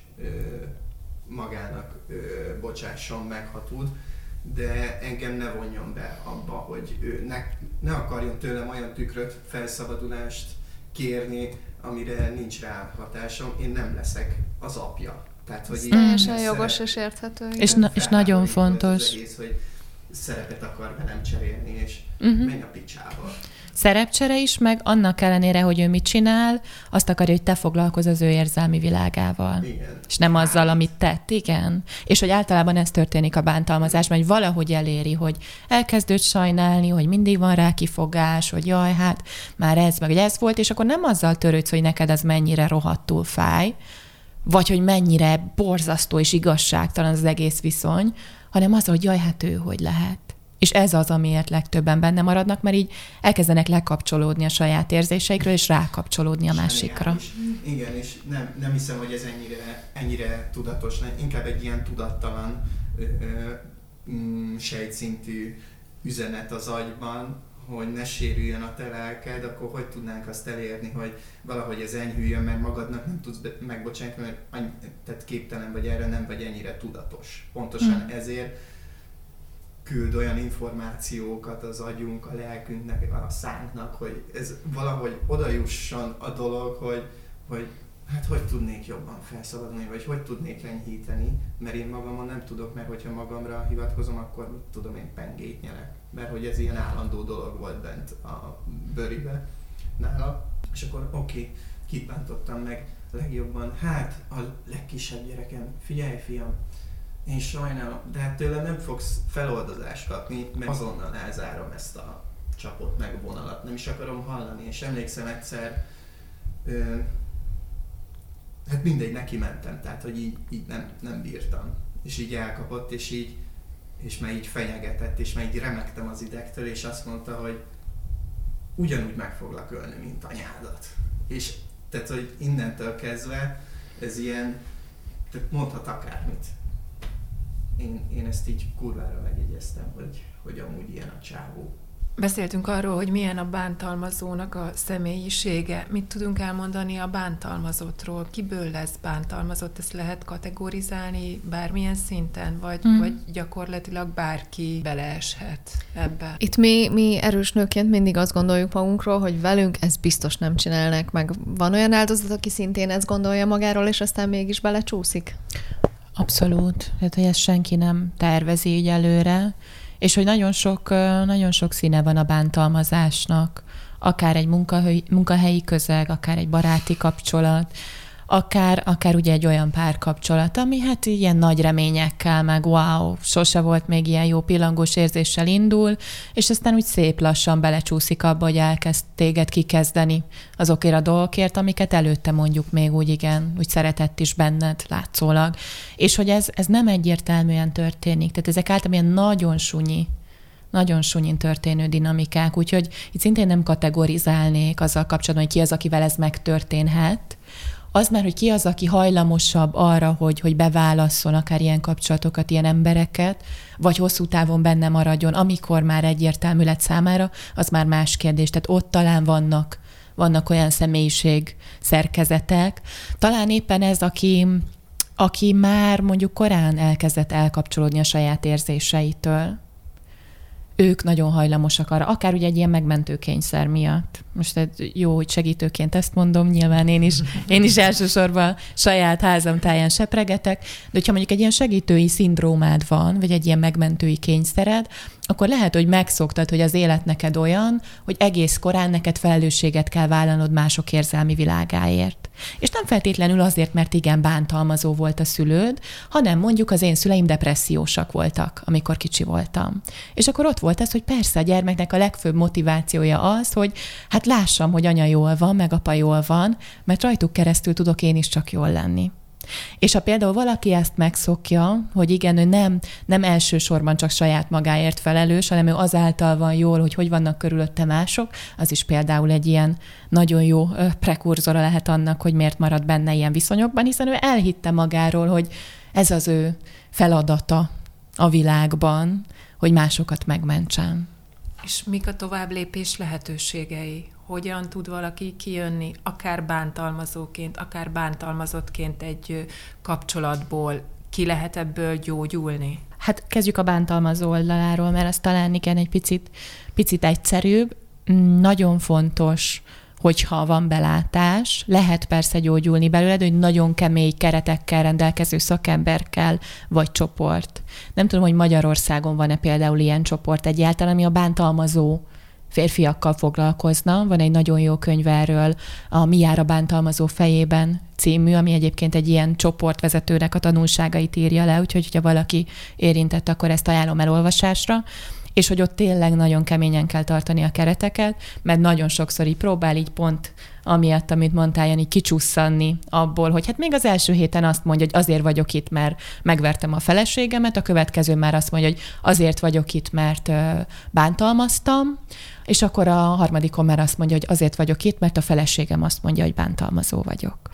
magának bocsásson meg, ha tud, de engem ne vonjon be abba, hogy ő ne akarjon tőlem olyan tükröt, felszabadulást kérni, amire nincs rá hatásom, én nem leszek az apja. Tehát, hogy teljesen jogos és érthető. És nagyon fontos. Az egész, hogy szerepet akar velem cserélni, és menj a picsába. Szerepcsere is, meg annak ellenére, hogy ő mit csinál, azt akarja, hogy te foglalkozz az ő érzelmi világával. Igen. És nem azzal, amit tett, igen. És hogy általában ez történik a bántalmazásban, hogy valahogy eléri, hogy elkezd őt sajnálni, hogy mindig van rá kifogás, hogy jaj, hát már ez meg ez volt, és akkor nem azzal törődsz, hogy neked ez mennyire rohadtul fáj, vagy hogy mennyire borzasztó és igazságtalan az egész viszony, hanem az, hogy jaj, hát ő hogy lehet. És ez az, amiért legtöbben benne maradnak, mert így elkezdenek lekapcsolódni a saját érzéseikről, és rákapcsolódni a másikra. Igen, és nem hiszem, hogy ez ennyire tudatos, inkább egy ilyen tudattalan sejtszintű üzenet az agyban, hogy ne sérüljön a te lelked, akkor hogy tudnánk azt elérni, hogy valahogy ez enyhüljön, mert magadnak nem tudsz megbocsátani, mert tehát képtelen vagy erre, nem vagy ennyire tudatos. Pontosan ezért küld olyan információkat az agyunk, a lelkünknek, a szánknak, hogy ez valahogy odajusson a dolog, hogy hát hogy tudnék jobban felszabadulni, vagy hogy tudnék enyhíteni, mert én magamon nem tudok, mert hogyha magamra hivatkozom, akkor mit tudom, én pengét nyelek. Mert hogy ez ilyen állandó dolog volt bent a bőribe nála. És akkor oké, kit bántottam meg legjobban? Hát a legkisebb gyerekem, figyelj fiam, én sajnálom, de hát tőlem nem fogsz feloldozást kapni, mert azonnal elzárom ezt a csapot meg a vonalat, nem is akarom hallani. És emlékszem egyszer, hát mindegy, neki mentem, tehát hogy így nem bírtam. És így elkapott, és már így fenyegetett, és már így remegtem az idegtől, és azt mondta, hogy ugyanúgy meg foglak ölni, mint anyádat. És tehát, hogy innentől kezdve ez ilyen, tehát mondhat akármit. Én ezt így kurvára megjegyeztem, hogy amúgy ilyen a csávó. Beszéltünk arról, hogy milyen a bántalmazónak a személyisége. Mit tudunk elmondani a bántalmazottról? Kiből lesz bántalmazott? Ezt lehet kategorizálni bármilyen szinten? Vagy gyakorlatilag bárki beleeshet ebbe? Itt mi erős nőként mindig azt gondoljuk magunkról, hogy velünk ezt biztos nem csinálnak meg. Van olyan áldozat, aki szintén ezt gondolja magáról, és aztán mégis belecsúszik? Abszolút. Tehát, hogy ezt senki nem tervezi így előre. És hogy nagyon sok színe van a bántalmazásnak, akár egy munkahelyi közeg, akár egy baráti kapcsolat, akár ugye egy olyan párkapcsolat, ami hát ilyen nagy reményekkel, meg wow, sose volt még ilyen jó pillangós érzéssel indul, és aztán úgy szép lassan belecsúszik abba, hogy elkezd téged kikezdeni azokért a dolgokért, amiket előtte mondjuk még úgy szeretett is benned látszólag. És hogy ez nem egyértelműen történik. Tehát ezek általában ilyen nagyon sunyin történő dinamikák, úgyhogy itt szintén nem kategorizálnék azzal kapcsolatban, hogy ki az, akivel ez megtörténhet. Az már, hogy ki az, aki hajlamosabb arra, hogy beválasszon akár ilyen kapcsolatokat, ilyen embereket, vagy hosszú távon benne maradjon, amikor már egyértelmű lett számára, az már más kérdés. Tehát ott talán vannak olyan személyiség szerkezetek. Talán éppen ez, aki már mondjuk korán elkezdett elkapcsolódni a saját érzéseitől. Ők nagyon hajlamosak arra, akár ugye egy ilyen megmentő kényszer miatt. Most jó, hogy segítőként ezt mondom, nyilván én is elsősorban saját házam táján sepregetek, de hogyha mondjuk egy ilyen segítői szindrómád van, vagy egy ilyen megmentői kényszered, akkor lehet, hogy megszoktad, hogy az élet neked olyan, hogy egész korán neked felelősséget kell vállalnod mások érzelmi világáért. És nem feltétlenül azért, mert igen bántalmazó volt a szülőd, hanem mondjuk az én szüleim depressziósak voltak, amikor kicsi voltam. És akkor ott volt ez, hogy persze a gyermeknek a legfőbb motivációja az, hogy hát lássam, hogy anya jól van, meg apa jól van, mert rajtuk keresztül tudok én is csak jól lenni. És ha például valaki ezt megszokja, hogy igen, ő nem elsősorban csak saját magáért felelős, hanem ő azáltal van jól, hogy vannak körülötte mások, az is például egy ilyen nagyon jó prekurzora lehet annak, hogy miért marad benne ilyen viszonyokban, hiszen ő elhitte magáról, hogy ez az ő feladata a világban, hogy másokat megmentsen. És mik a továbblépés lehetőségei? Hogyan tud valaki kijönni, akár bántalmazóként, akár bántalmazottként egy kapcsolatból? Ki lehet ebből gyógyulni? Hát kezdjük a bántalmazó oldaláról, mert az talán igen egy picit egyszerűbb. Nagyon fontos, hogyha van belátás, lehet persze gyógyulni belőle, de hogy nagyon kemény keretekkel rendelkező szakember kell, vagy csoport. Nem tudom, hogy Magyarországon van-e például ilyen csoport egyáltalán, ami a bántalmazó férfiakkal foglalkozna. Van egy nagyon jó könyv erről, a Mi jár a bántalmazó fejében című, ami egyébként egy ilyen csoportvezetőnek a tanulságait írja le, úgyhogy ha valaki érintett, akkor ezt ajánlom elolvasásra. És hogy ott tényleg nagyon keményen kell tartani a kereteket, mert nagyon sokszor így próbál így pont amiatt, amit mondtál, Jani, kicsusszanni abból, hogy hát még az első héten azt mondja, hogy azért vagyok itt, mert megvertem a feleségemet, a következő már azt mondja, hogy azért vagyok itt, mert bántalmaztam, és akkor a harmadikon már azt mondja, hogy azért vagyok itt, mert a feleségem azt mondja, hogy bántalmazó vagyok.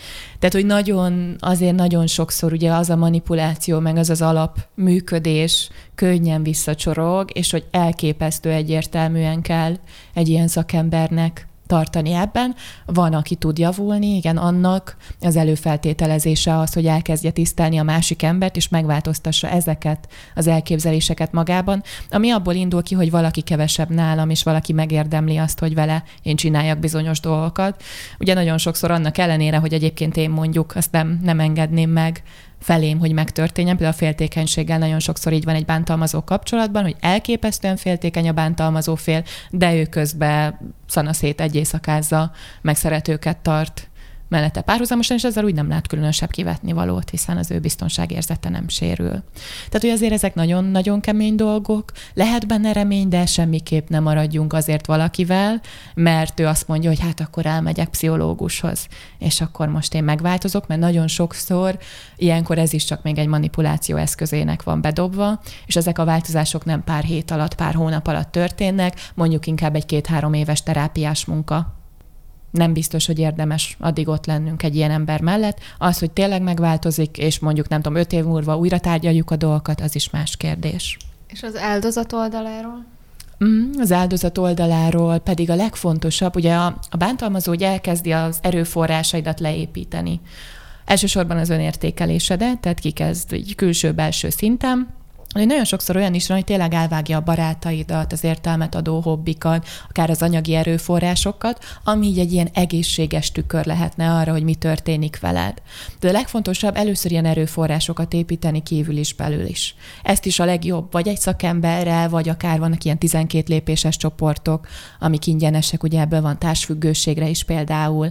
Tehát, hogy azért nagyon sokszor ugye az a manipuláció, meg az alapműködés könnyen visszacsorog, és hogy elképesztő egyértelműen kell egy ilyen szakembernek tartani ebben. Van, aki tud javulni, igen, annak az előfeltételezése az, hogy elkezdje tisztelni a másik embert, és megváltoztassa ezeket az elképzeléseket magában, ami abból indul ki, hogy valaki kevesebb nálam, és valaki megérdemli azt, hogy vele én csináljak bizonyos dolgokat. Ugye nagyon sokszor annak ellenére, hogy egyébként én mondjuk azt nem engedném meg felém, hogy megtörténjen. Például a féltékenységgel nagyon sokszor így van egy bántalmazó kapcsolatban, hogy elképesztően féltékeny a bántalmazó fél, de ő közben szanaszét egy éjszakázza, meg szeretőket tart mellette párhuzamosan, és ezzel úgy nem lát különösebb kivetnivalót, hiszen az ő biztonságérzete nem sérül. Tehát, hogy azért ezek nagyon-nagyon kemény dolgok, lehet benne remény, de semmiképp nem maradjunk azért valakivel, mert ő azt mondja, hogy hát akkor elmegyek pszichológushoz, és akkor most én megváltozok, mert nagyon sokszor ilyenkor ez is csak még egy manipuláció eszközének van bedobva, és ezek a változások nem pár hét alatt, pár hónap alatt történnek, mondjuk inkább egy 2-3 éves terápiás munka. Nem biztos, hogy érdemes addig ott lennünk egy ilyen ember mellett. Az, hogy tényleg megváltozik, és mondjuk 5 év múlva újra tárgyaljuk a dolgokat, az is más kérdés. És az áldozat oldaláról? Az áldozat oldaláról pedig a legfontosabb, ugye a bántalmazó ugye elkezdi az erőforrásaidat leépíteni. Elsősorban az önértékelésedet, tehát kikezd így külső-belső szinten. Nagyon sokszor olyan is van, hogy tényleg elvágja a barátaidat, az értelmet adó hobbikat, akár az anyagi erőforrásokat, ami így egy ilyen egészséges tükör lehetne arra, hogy mi történik veled. De a legfontosabb először ilyen erőforrásokat építeni kívül is, belül is. Ezt is a legjobb, vagy egy szakemberrel, vagy akár vannak ilyen 12 lépéses csoportok, amik ingyenesek, ugye ebből van társfüggőségre is például,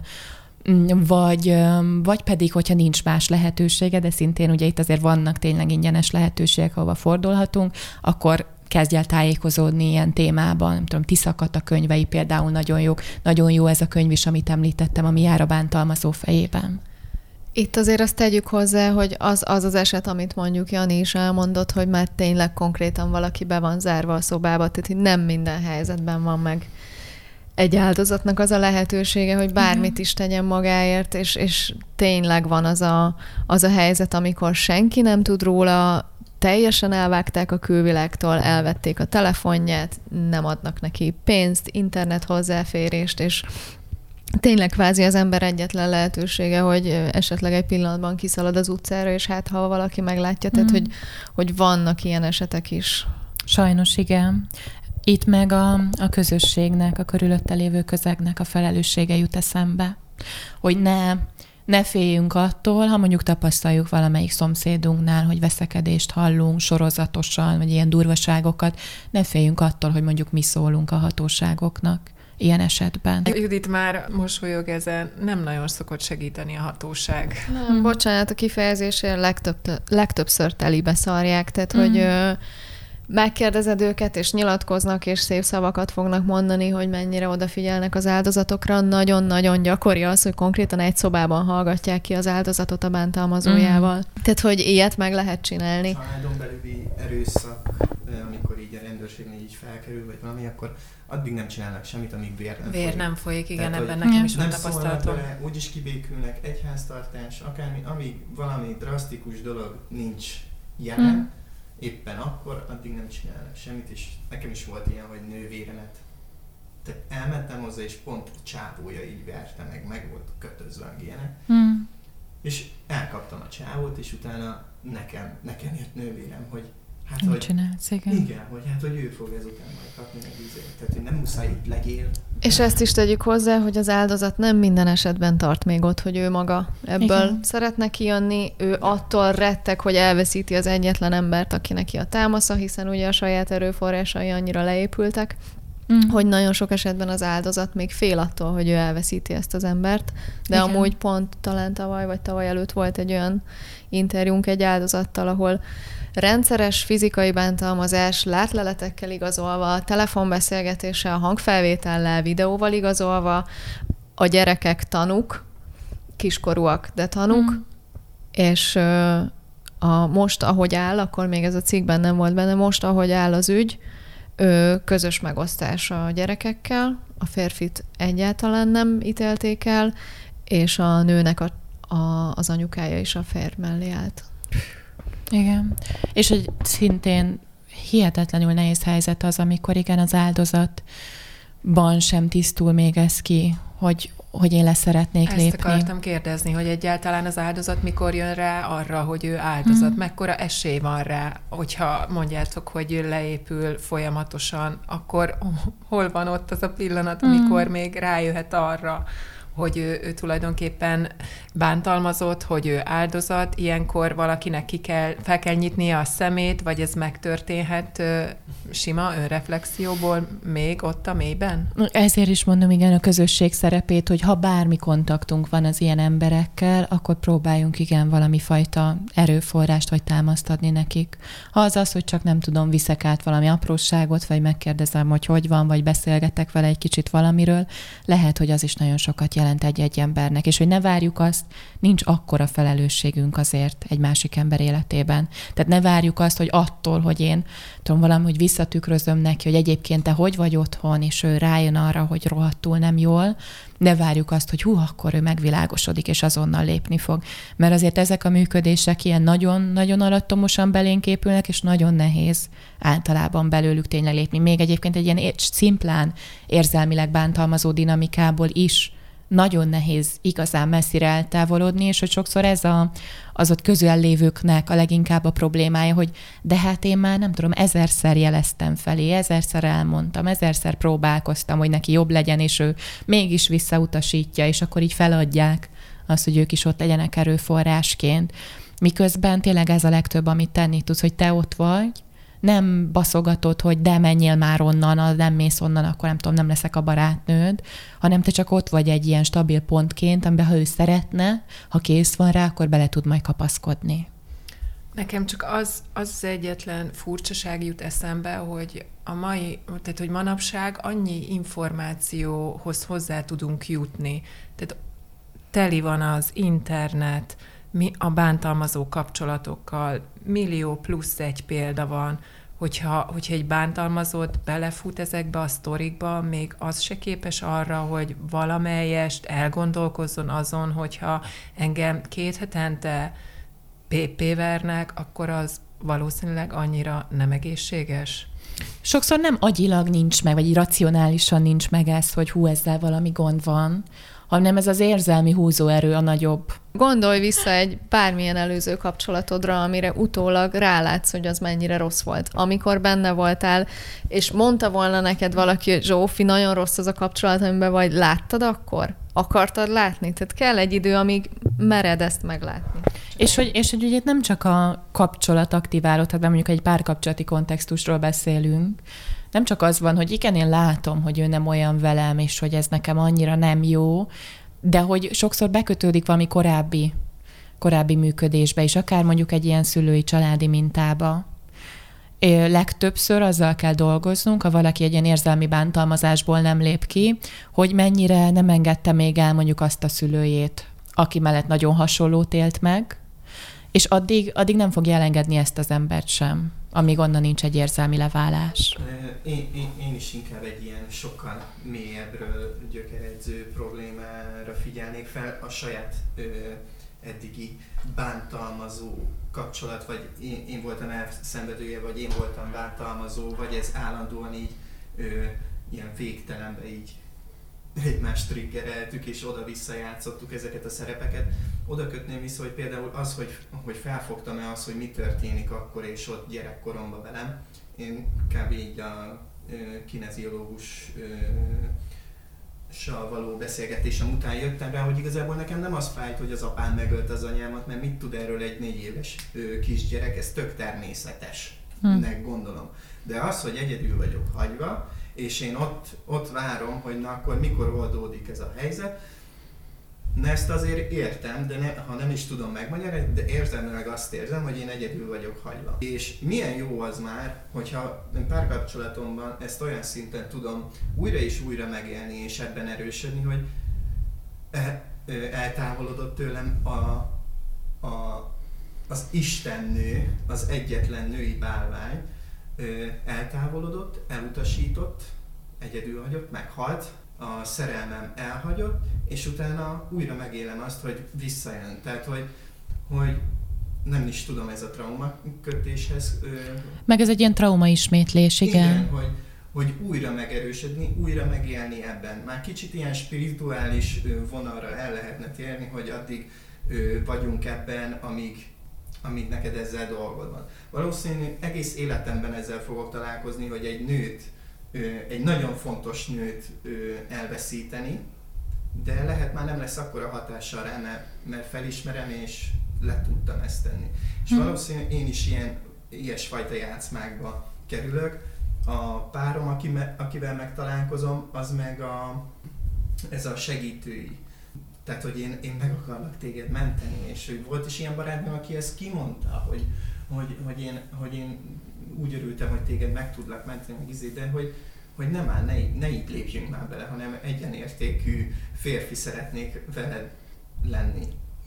vagy pedig, hogyha nincs más lehetősége, de szintén ugye itt azért vannak tényleg ingyenes lehetőségek, ahova fordulhatunk, akkor kezdj el tájékozódni ilyen témában. Nem tudom, Tisza Kata könyvei például nagyon jók. Nagyon jó ez a könyv is, amit említettem, ami jár a bántalmazó fejében. Itt azért azt tegyük hozzá, hogy az eset, amit mondjuk Jani is elmondott, hogy már tényleg konkrétan valaki be van zárva a szobába, tehát nem minden helyzetben van meg egy áldozatnak az a lehetősége, hogy bármit is tegyen magáért, és tényleg van az a helyzet, amikor senki nem tud róla, teljesen elvágták a külvilágtól, elvették a telefonját, nem adnak neki pénzt, internet hozzáférést, és tényleg kvázi az ember egyetlen lehetősége, hogy esetleg egy pillanatban kiszalad az utcára, és hát ha valaki meglátja, tehát hogy vannak ilyen esetek is. Sajnos igen. Itt meg a közösségnek, a körülötte lévő közegnek a felelőssége jut eszembe, hogy ne féljünk attól, ha mondjuk tapasztaljuk valamelyik szomszédunknál, hogy veszekedést hallunk sorozatosan, vagy ilyen durvaságokat, ne féljünk attól, hogy mondjuk mi szólunk a hatóságoknak ilyen esetben. Judit már mosolyog ezen, nem nagyon szokott segíteni a hatóság. Nem, bocsánat, a kifejezésért legtöbbször telibe szarják, tehát hogy megkérdezed őket, és nyilatkoznak, és szép szavakat fognak mondani, hogy mennyire odafigyelnek az áldozatokra. Nagyon-nagyon gyakori az, hogy konkrétan egy szobában hallgatják ki az áldozatot a bántalmazójával. Tehát, hogy ilyet meg lehet csinálni. Családon belüli erőszak, amikor így a rendőrségnél így felkerül, vagy valami, akkor addig nem csinálnak semmit, amíg vér nem folyik, igen, tehát, ebben nekem is van nem tapasztalatom. Bele, úgyis kibékülnek, egyháztartás, akármi, amíg valami drasztikus dolog nincs jelen, éppen akkor, addig nem csinálnak semmit, és nekem is volt ilyen, hogy nővéremet. Tehát elmentem hozzá, és pont a csávója így verte meg volt kötözve a ilyenek. És elkaptam a csávót, és utána nekem jött nővérem, hogy hát, mit hogy csinálsz, igen. Igen, hogy ő fog ezután majd kapni meg izét. Tehát, hogy nem muszáj itt legyél. És ezt is tegyük hozzá, hogy az áldozat nem minden esetben tart még ott, hogy ő maga ebből szeretne kijönni. Ő attól retteg, hogy elveszíti az egyetlen embert, aki neki a támasza, hiszen ugye a saját erőforrásai annyira leépültek, hogy nagyon sok esetben az áldozat még fél attól, hogy ő elveszíti ezt az embert. De igen. Amúgy pont talán tavaly vagy tavaly előtt volt egy olyan interjúnk egy áldozattal, ahol rendszeres fizikai bántalmazás, látleletekkel igazolva, telefonbeszélgetéssel, hangfelvétellel, videóval igazolva, a gyerekek tanúk, kiskorúak, de tanúk, és most, ahogy áll, akkor még ez a cikkben nem volt benne, most, ahogy áll az ügy, közös megosztás a gyerekekkel, a férfit egyáltalán nem ítélték el, és a nőnek az anyukája is a férj mellé állt. Igen. És hogy szintén hihetetlenül nehéz helyzet az, amikor igen, az áldozatban sem tisztul még ez ki, hogy én leszeretnék lépni. Ezt akartam kérdezni, hogy egyáltalán az áldozat mikor jön rá arra, hogy ő áldozat? Mekkora esély van rá, hogyha mondjátok, hogy leépül folyamatosan, akkor hol van ott az a pillanat, amikor még rájöhet arra, hogy ő tulajdonképpen bántalmazott, hogy ő áldozat, ilyenkor valakinek fel kell nyitnia a szemét, vagy ez megtörténhet sima önreflexióból még ott a mélyben? Ezért is mondom, igen, a közösség szerepét, hogy ha bármi kontaktunk van az ilyen emberekkel, akkor próbáljunk igen valami fajta erőforrást vagy támaszt adni nekik. Ha az, hogy csak nem tudom, viszek át valami apróságot, vagy megkérdezem, hogy van, vagy beszélgetek vele egy kicsit valamiről, lehet, hogy az is nagyon sokat jelent egy embernek, és hogy ne várjuk azt, nincs akkora felelősségünk azért egy másik ember életében. Tehát ne várjuk azt, hogy attól, hogy én tudom valahogy visszatükrözöm neki, hogy egyébként te hogy vagy otthon, és ő rájön arra, hogy rohadtul nem jól, ne várjuk azt, hogy akkor ő megvilágosodik, és azonnal lépni fog. Mert azért ezek a működések ilyen nagyon-nagyon alattomosan belénk épülnek, és nagyon nehéz általában belőlük tényleg lépni. Még egyébként egy ilyen szimplán érzelmileg bántalmazó dinamikából is nagyon nehéz igazán messzire eltávolodni, és hogy sokszor ez az ott közül lévőknek a leginkább a problémája, hogy de hát én már nem tudom, 1000-szer jeleztem felé, 1000-szer elmondtam, 1000-szer próbálkoztam, hogy neki jobb legyen, és ő mégis visszautasítja, és akkor így feladják azt, hogy ők is ott legyenek erőforrásként. Miközben tényleg ez a legtöbb, amit tenni tudsz, hogy te ott vagy, nem baszogatod, hogy de menjél már onnan, nem mész onnan, akkor nem tudom, nem leszek a barátnőd, hanem te csak ott vagy egy ilyen stabil pontként, amiben ha ő szeretne, ha kész van rá, akkor bele tud majd kapaszkodni. Nekem csak az egyetlen furcsaság jut eszembe, hogy tehát hogy manapság annyi információhoz hozzá tudunk jutni. Tehát teli van az internet, a bántalmazó kapcsolatokkal, millió plusz egy példa van, hogyha egy bántalmazott belefut ezekbe a sztorikba, még az se képes arra, hogy valamelyest elgondolkozzon azon, hogyha engem 2 hetente PP-vernek, akkor az valószínűleg annyira nem egészséges. Sokszor nem agyilag nincs meg, vagy így racionálisan nincs meg ez, hogy ezzel valami gond van, hanem ez az érzelmi húzóerő a nagyobb. Gondolj vissza egy bármilyen előző kapcsolatodra, amire utólag rálátsz, hogy az mennyire rossz volt. Amikor benne voltál, és mondta volna neked valaki, hogy Zsófi, nagyon rossz az a kapcsolat, amiben vagy, láttad akkor? Akartad látni? Tehát kell egy idő, amíg mered ezt meglátni. És hogy ugye nem csak a kapcsolat aktiválódhat, mert mondjuk egy párkapcsolati kontextusról beszélünk, nem csak az van, hogy igen, én látom, hogy ő nem olyan velem, és hogy ez nekem annyira nem jó, de hogy sokszor bekötődik valami korábbi működésbe, és akár mondjuk egy ilyen szülői családi mintába. Legtöbbször azzal kell dolgoznunk, ha valaki egy ilyen érzelmi bántalmazásból nem lép ki, hogy mennyire nem engedte még el mondjuk azt a szülőjét, aki mellett nagyon hasonlót élt meg, és addig nem fogja elengedni ezt az embert sem, amíg onnan nincs egy érzelmi leválás. Én is inkább egy ilyen sokkal mélyebbről gyökeredző problémára figyelnék fel, a saját eddigi bántalmazó kapcsolat, vagy én voltam elszenvedője, vagy én voltam bántalmazó, vagy ez állandóan így ilyen végtelenbe így egymást triggereltük, és oda-vissza játszottuk ezeket a szerepeket. Oda kötném vissza, hogy például az, hogy felfogtam-e azt, hogy mi történik akkor és ott gyerekkoromban velem. Én kb. Így a kineziológussal való beszélgetésem után jöttem rá, hogy igazából nekem nem az fájt, hogy az apám megölt az anyámat, mert mit tud erről egy 4 éves kisgyerek, ez tök természetesnek gondolom. De az, hogy egyedül vagyok hagyva, és én ott várom, hogy na akkor mikor oldódik ez a helyzet. Na ezt azért értem, de ha nem is tudom megmagyarázni, de érzelmileg azt érzem, hogy én egyedül vagyok hagyva. És milyen jó az már, hogyha párkapcsolatomban ezt olyan szinten tudom újra és újra megélni, és ebben erősödni, hogy eltávolodott tőlem az istennő, az egyetlen női bálvány, eltávolodott, elutasított, egyedül hagyott, meghalt, a szerelmem elhagyott, és utána újra megélem azt, hogy visszajön. Tehát, hogy nem is tudom, ez a traumakötéshez... Meg ez egy ilyen traumaismétlés, igen. Hogy újra megerősödni, újra megélni ebben. Már kicsit ilyen spirituális vonalra el lehetne térni, hogy addig vagyunk ebben, amíg neked ezzel dolgod van. Valószínű egész életemben ezzel fogok találkozni, hogy egy nőt, egy nagyon fontos nőt elveszíteni, de lehet már nem lesz akkora hatással rá, mert felismerem és le tudtam ezt tenni. És valószínű én is ilyesfajta játszmákba kerülök. A párom, akivel megtalálkozom, az meg ez a segítői. Tehát, hogy én meg akarlak téged menteni, és volt is ilyen barátnőm, aki ezt kimondta, hogy én úgy örültem, hogy téged meg tudlak menteni, de hogy nem áll, ne így lépjünk már bele, hanem egyenértékű férfi szeretnék veled lenni.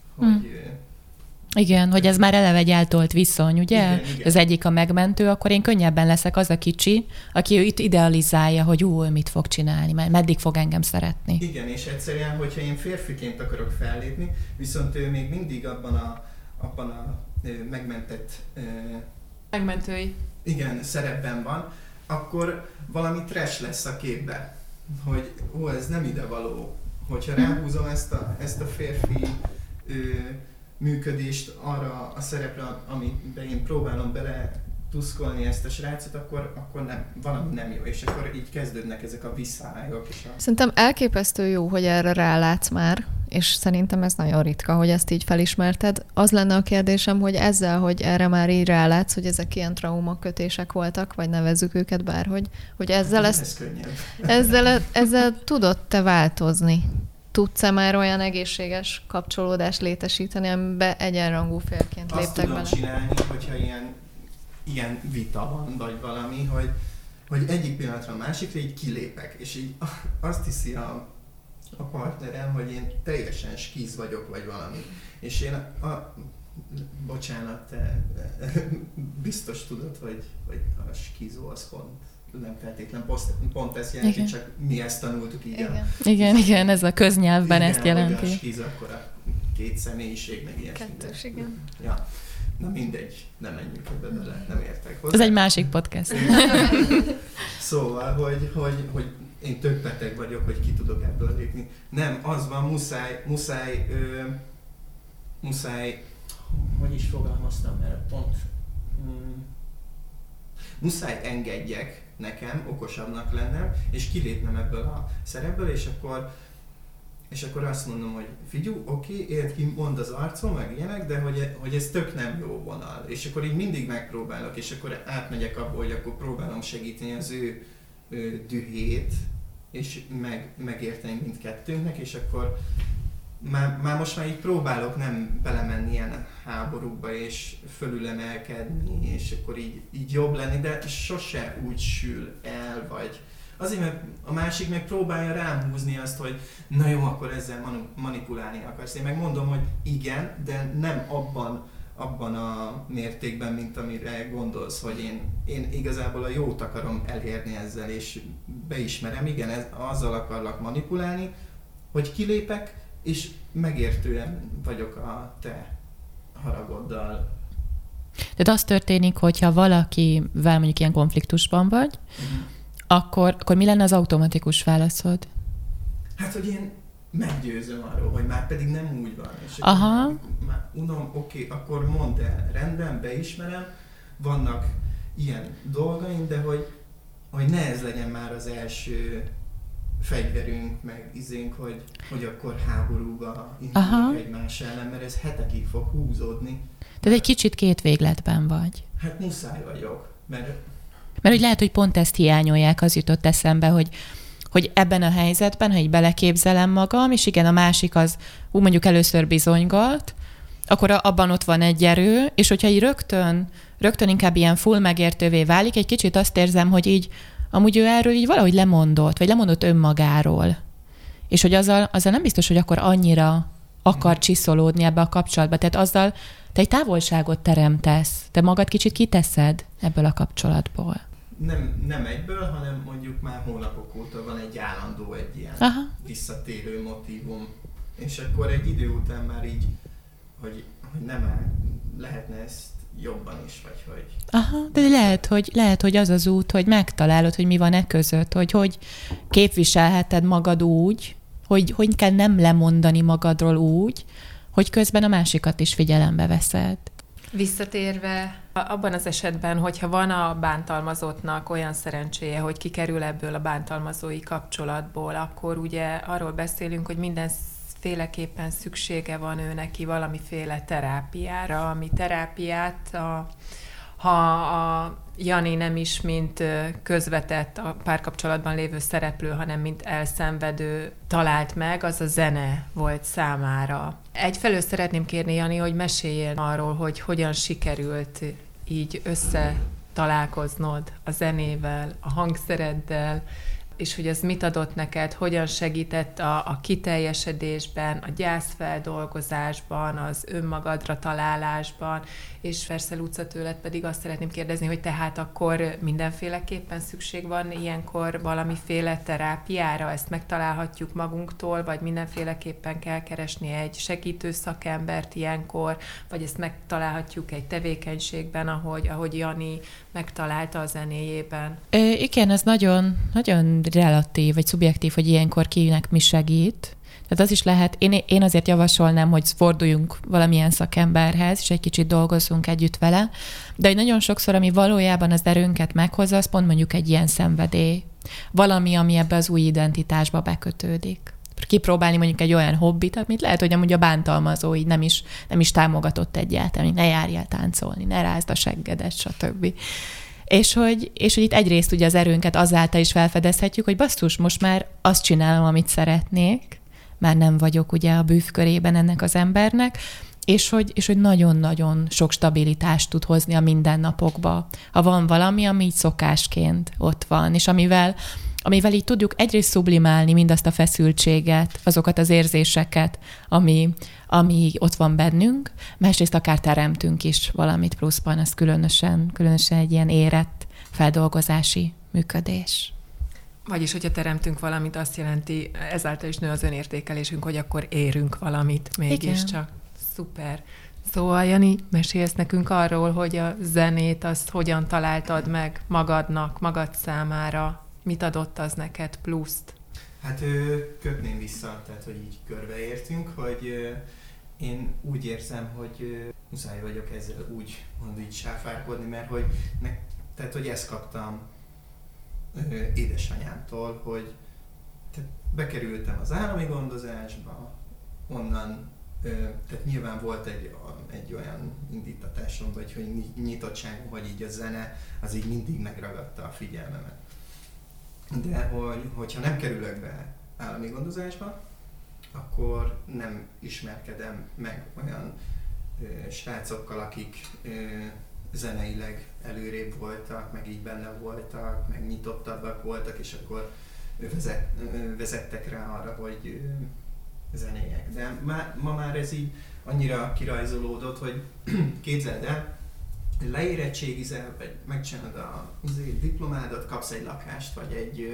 Igen, hogy ez már eleve egy eltolt viszony, ugye? Igen. Az egyik a megmentő, akkor én könnyebben leszek az a kicsi, aki itt idealizálja, hogy mit fog csinálni, meddig fog engem szeretni. Igen, és egyszerűen, hogyha én férfiként akarok fellépni, viszont ő még mindig abban a megmentett... megmentői. Igen, szerepben van, akkor valami trash lesz a képben, hogy ez nem idevaló. Hogyha ráhúzom ezt a férfi működést arra a szerepre, amiben én próbálom bele tuszkolni ezt a srácot, akkor nem, valami nem jó, és akkor így kezdődnek ezek a visszályok. Szerintem elképesztő jó, hogy erre rálátsz már, és szerintem ez nagyon ritka, hogy ezt így felismerted. Az lenne a kérdésem, hogy ezzel, hogy erre már így rálátsz, hogy ezek ilyen traumakötések voltak, vagy nevezzük őket bárhogy, hogy ezzel ezzel tudod te változni? Tudsz-e már olyan egészséges kapcsolódást létesíteni, amiben egyenrangú félként léptek bele? Azt tudom csinálni, hogyha ilyen vita van, vagy valami, hogy egyik pillanatra a másikra így kilépek, és így azt hiszi a partnerem, hogy én teljesen skíz vagyok, vagy valami. És én bocsánat, te biztos tudod, hogy a skízó az nem feltétlen pont ezt jelenti, igen. Csak mi ezt tanultuk így. Igen, ez a köznyelvben igen, ezt jelenti. A skíz akkor a két személyiség, meg ilyesmi. Kettős, igen. Ja. Na mindegy, nem menjünk ebbe bele, nem értek hozzá. Ez egy másik podcast. Szóval, hogy én tök beteg vagyok, hogy ki tudok ebből lépni. Nem, az van, muszáj, hogy is fogalmaztam, mert pont muszáj engedjek nekem, okosabbnak lennem, és kilépnem ebből a szerepből, és akkor azt mondom, hogy figyelj, oké, érd ki, mondd az arcom, meg ilyenek, de hogy ez tök nem jó vonal. És akkor így mindig megpróbálok, és akkor átmegyek abból, hogy akkor próbálom segíteni az ő dühét, és megérteni mindkettőnknek, és akkor már most már így próbálok nem belemenni ilyen háborúkba, és fölülemelkedni, és akkor így jobb lenni, de sose úgy sül el, vagy azért, mert a másik meg próbálja rám húzni azt, hogy na jó, akkor ezzel manipulálni akarsz. Én meg mondom, hogy igen, de nem abban a mértékben, mint amire gondolsz, hogy én igazából a jót akarom elérni ezzel, és beismerem, igen, azzal akarlak manipulálni, hogy kilépek, és megértően vagyok a te haragoddal. Tehát az történik, hogyha valakivel mondjuk ilyen konfliktusban vagy, akkor mi lenne az automatikus válaszod? Hát, hogy én meggyőzöm arról, hogy már pedig nem úgy van. És aha. Már unom, oké, akkor mondd el, rendben, beismerem, vannak ilyen dolgaim, de hogy ne ez legyen már az első fegyverünk, meg izénk, hogy akkor háborúba indulunk egymás ellen, mert ez hetekig fog húzódni. Tehát egy kicsit két végletben vagy. Hát muszáj vagyok, mert úgy lehet, hogy pont ezt hiányolják, az jutott eszembe, hogy ebben a helyzetben, ha így beleképzelem magam, és igen, a másik az mondjuk először bizonygat, akkor abban ott van egy erő, és hogyha így rögtön inkább ilyen full megértővé válik, egy kicsit azt érzem, hogy így amúgy ő erről így valahogy lemondott önmagáról. És hogy azzal nem biztos, hogy akkor annyira akar csiszolódni ebbe a kapcsolatba. Tehát azzal te egy távolságot teremtesz, te magad kicsit kiteszed ebből a kapcsolatból. nem egyből, hanem mondjuk már hónapok óta van egy állandó, egy ilyen visszatérő motívum. És akkor egy idő után már így, hogy nem lehetne ezt jobban is, vagy hogy... Aha, de lehet, hogy az az út, hogy megtalálod, hogy mi van között, hogy képviselheted magad úgy, hogy kell nem lemondani magadról úgy, hogy közben a másikat is figyelembe veszed. Visszatérve, abban az esetben, hogyha van a bántalmazottnak olyan szerencséje, hogy kikerül ebből a bántalmazói kapcsolatból, akkor ugye arról beszélünk, hogy mindenféleképpen szüksége van ő neki valamiféle terápiára, ami terápiát, ha a Jani nem is mint közvetett a párkapcsolatban lévő szereplő, hanem mint elszenvedő talált meg, az a zene volt számára. Egyfelől szeretném kérni, Jani, hogy meséljél arról, hogy hogyan sikerült így összetalálkoznod a zenével, a hangszereddel, és hogy ez mit adott neked, hogyan segített a kiteljesedésben, a gyászfeldolgozásban, az önmagadra találásban, és Verszel utca tőled pedig azt szeretném kérdezni, hogy tehát akkor mindenféleképpen szükség van ilyenkor valamiféle terápiára, ezt megtalálhatjuk magunktól, vagy mindenféleképpen kell keresni egy segítő szakembert ilyenkor, vagy ezt megtalálhatjuk egy tevékenységben, ahogy Jani megtalálta a zenéjében. Igen, ez nagyon, nagyon relatív, vagy szubjektív, hogy ilyenkor kinek mi segít. Tehát az is lehet, én azért javasolnám, hogy forduljunk valamilyen szakemberhez, és egy kicsit dolgozzunk együtt vele, de hogy nagyon sokszor, ami valójában az erőnket meghozza, az pont mondjuk egy ilyen szenvedély. Valami, ami ebbe az új identitásba bekötődik. Kipróbálni mondjuk egy olyan hobbit, amit lehet, hogy amúgy a bántalmazó így nem is támogatott egyáltalán, hogy ne járjál táncolni, ne rázd a seggedet, stb. És hogy itt egyrészt ugye az erőnket azáltal is felfedezhetjük, hogy basszus, most már azt csinálom, amit szeretnék, már nem vagyok ugye a bűvkörében ennek az embernek, és hogy nagyon-nagyon sok stabilitást tud hozni a mindennapokba. Ha van valami, ami így szokásként ott van, és amivel így tudjuk egyrészt sublimálni mindazt a feszültséget, azokat az érzéseket, ami ott van bennünk, másrészt akár teremtünk is valamit pluszban, az különösen egy ilyen érett feldolgozási működés. Vagyis, hogyha teremtünk valamit, azt jelenti, ezáltal is nő az önértékelésünk, hogy akkor érünk valamit mégiscsak. Szuper. Szóval, Jani, mesélsz nekünk arról, hogy a zenét azt hogyan találtad meg magadnak, magad számára, mit adott az neked pluszt? Hát kötném vissza, tehát hogy így körbeértünk, hogy én úgy érzem, hogy muszáj vagyok ezzel úgy sáfárkodni, mert hogy ezt kaptam édesanyámtól, hogy bekerültem az állami gondozásba, onnan, tehát nyilván volt egy olyan indítatásom, vagy hogy nyitottságom, hogy így a zene, az így mindig megragadta a figyelmemet. De hogyha nem kerülök be állami gondozásba, akkor nem ismerkedem meg olyan srácokkal, akik zeneileg előrébb voltak, meg így benne voltak, meg nyitottabbak voltak, és akkor vezettek rá arra, hogy zenéjek. De ma már ez így annyira kirajzolódott, hogy képzeld el, leérettségizel, vagy megcsinálod a diplomádat, kapsz egy lakást, vagy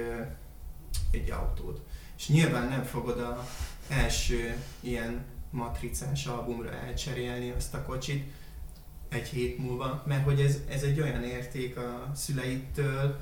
egy autót. És nyilván nem fogod az első ilyen matricás albumra elcserélni azt a kocsit egy hét múlva, mert hogy ez egy olyan érték a szüleitől,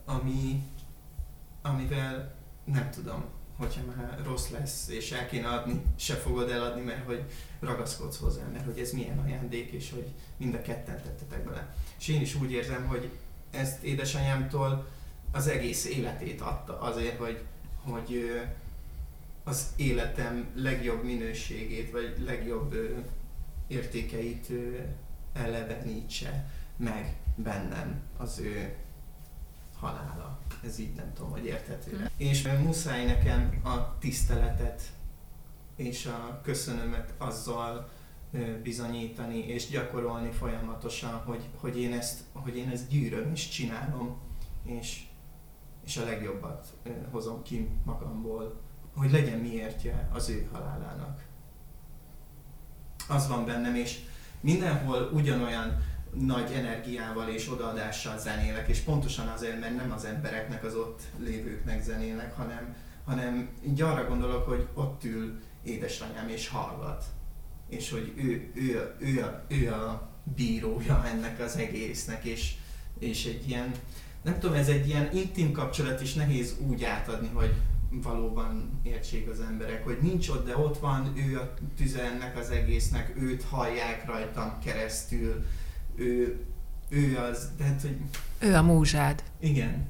amivel nem tudom, hogyha már rossz lesz és el kéne adni, se fogod eladni, mert hogy ragaszkodsz hozzá, mert hogy ez milyen ajándék, és hogy mind a ketten tettetek bele. És én is úgy érzem, hogy ezt édesanyámtól az egész életét adta azért, hogy az életem legjobb minőségét, vagy legjobb értékeit elevenítse meg bennem az ő halála. Ez így nem tudom, hogy érthető. És muszáj nekem a tiszteletet és a köszönömet azzal bizonyítani és gyakorolni folyamatosan, hogy én ezt gyűröm és csinálom, és a legjobbat hozom ki magamból, hogy legyen miértje az ő halálának. Az van bennem, és mindenhol ugyanolyan nagy energiával és odaadással zenélek, és pontosan azért, mert nem az embereknek, az ott lévőknek zenélek, hanem így arra gondolok, hogy ott ül édesanyám és hallgat, és hogy ő a bírója ennek az egésznek, és egy ilyen, nem tudom, ez egy ilyen intim kapcsolat, és nehéz úgy átadni, hogy valóban értsék az emberek, hogy nincs ott, de ott van, ő a tüze ennek az egésznek, őt hallják rajtam keresztül, ő az, de hát, hogy... Ő a múzsád. Igen.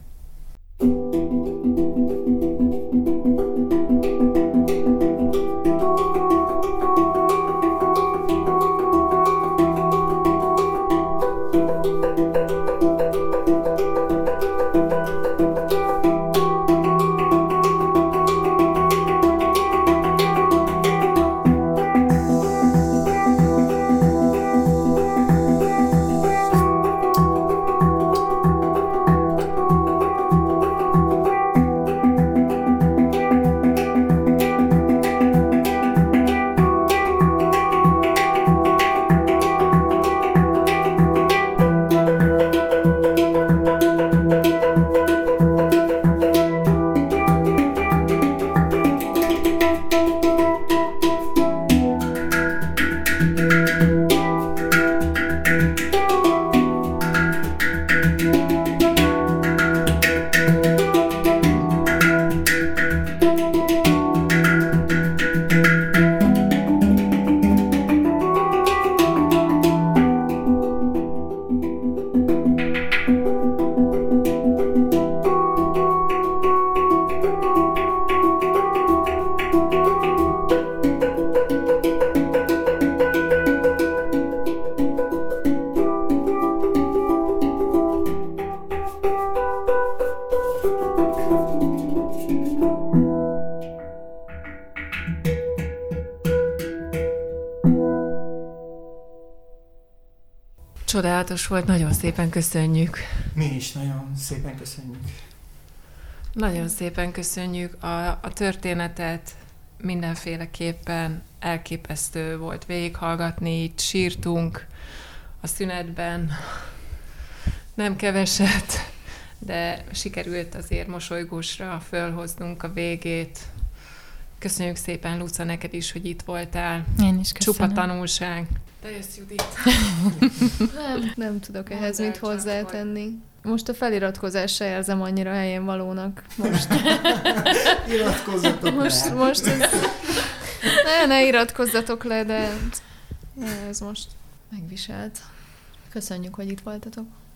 Csodálatos volt, nagyon szépen köszönjük. Mi is nagyon szépen köszönjük. Nagyon szépen köszönjük a történetet, mindenféleképpen elképesztő volt végighallgatni, itt sírtunk a szünetben, nem keveset, de sikerült azért mosolygósra fölhoznunk a végét. Köszönjük szépen, Luca, neked is, hogy itt voltál. Én is köszönöm. Csupa tanulság. Te jössz, Judit. Nem tudok ehhez mit hozzátenni. Most a feliratkozás se érzem annyira helyén valónak. Most. Iratkozzatok most ez... Ne iratkozzatok le, de ez most megviselt. Köszönjük, hogy itt voltatok.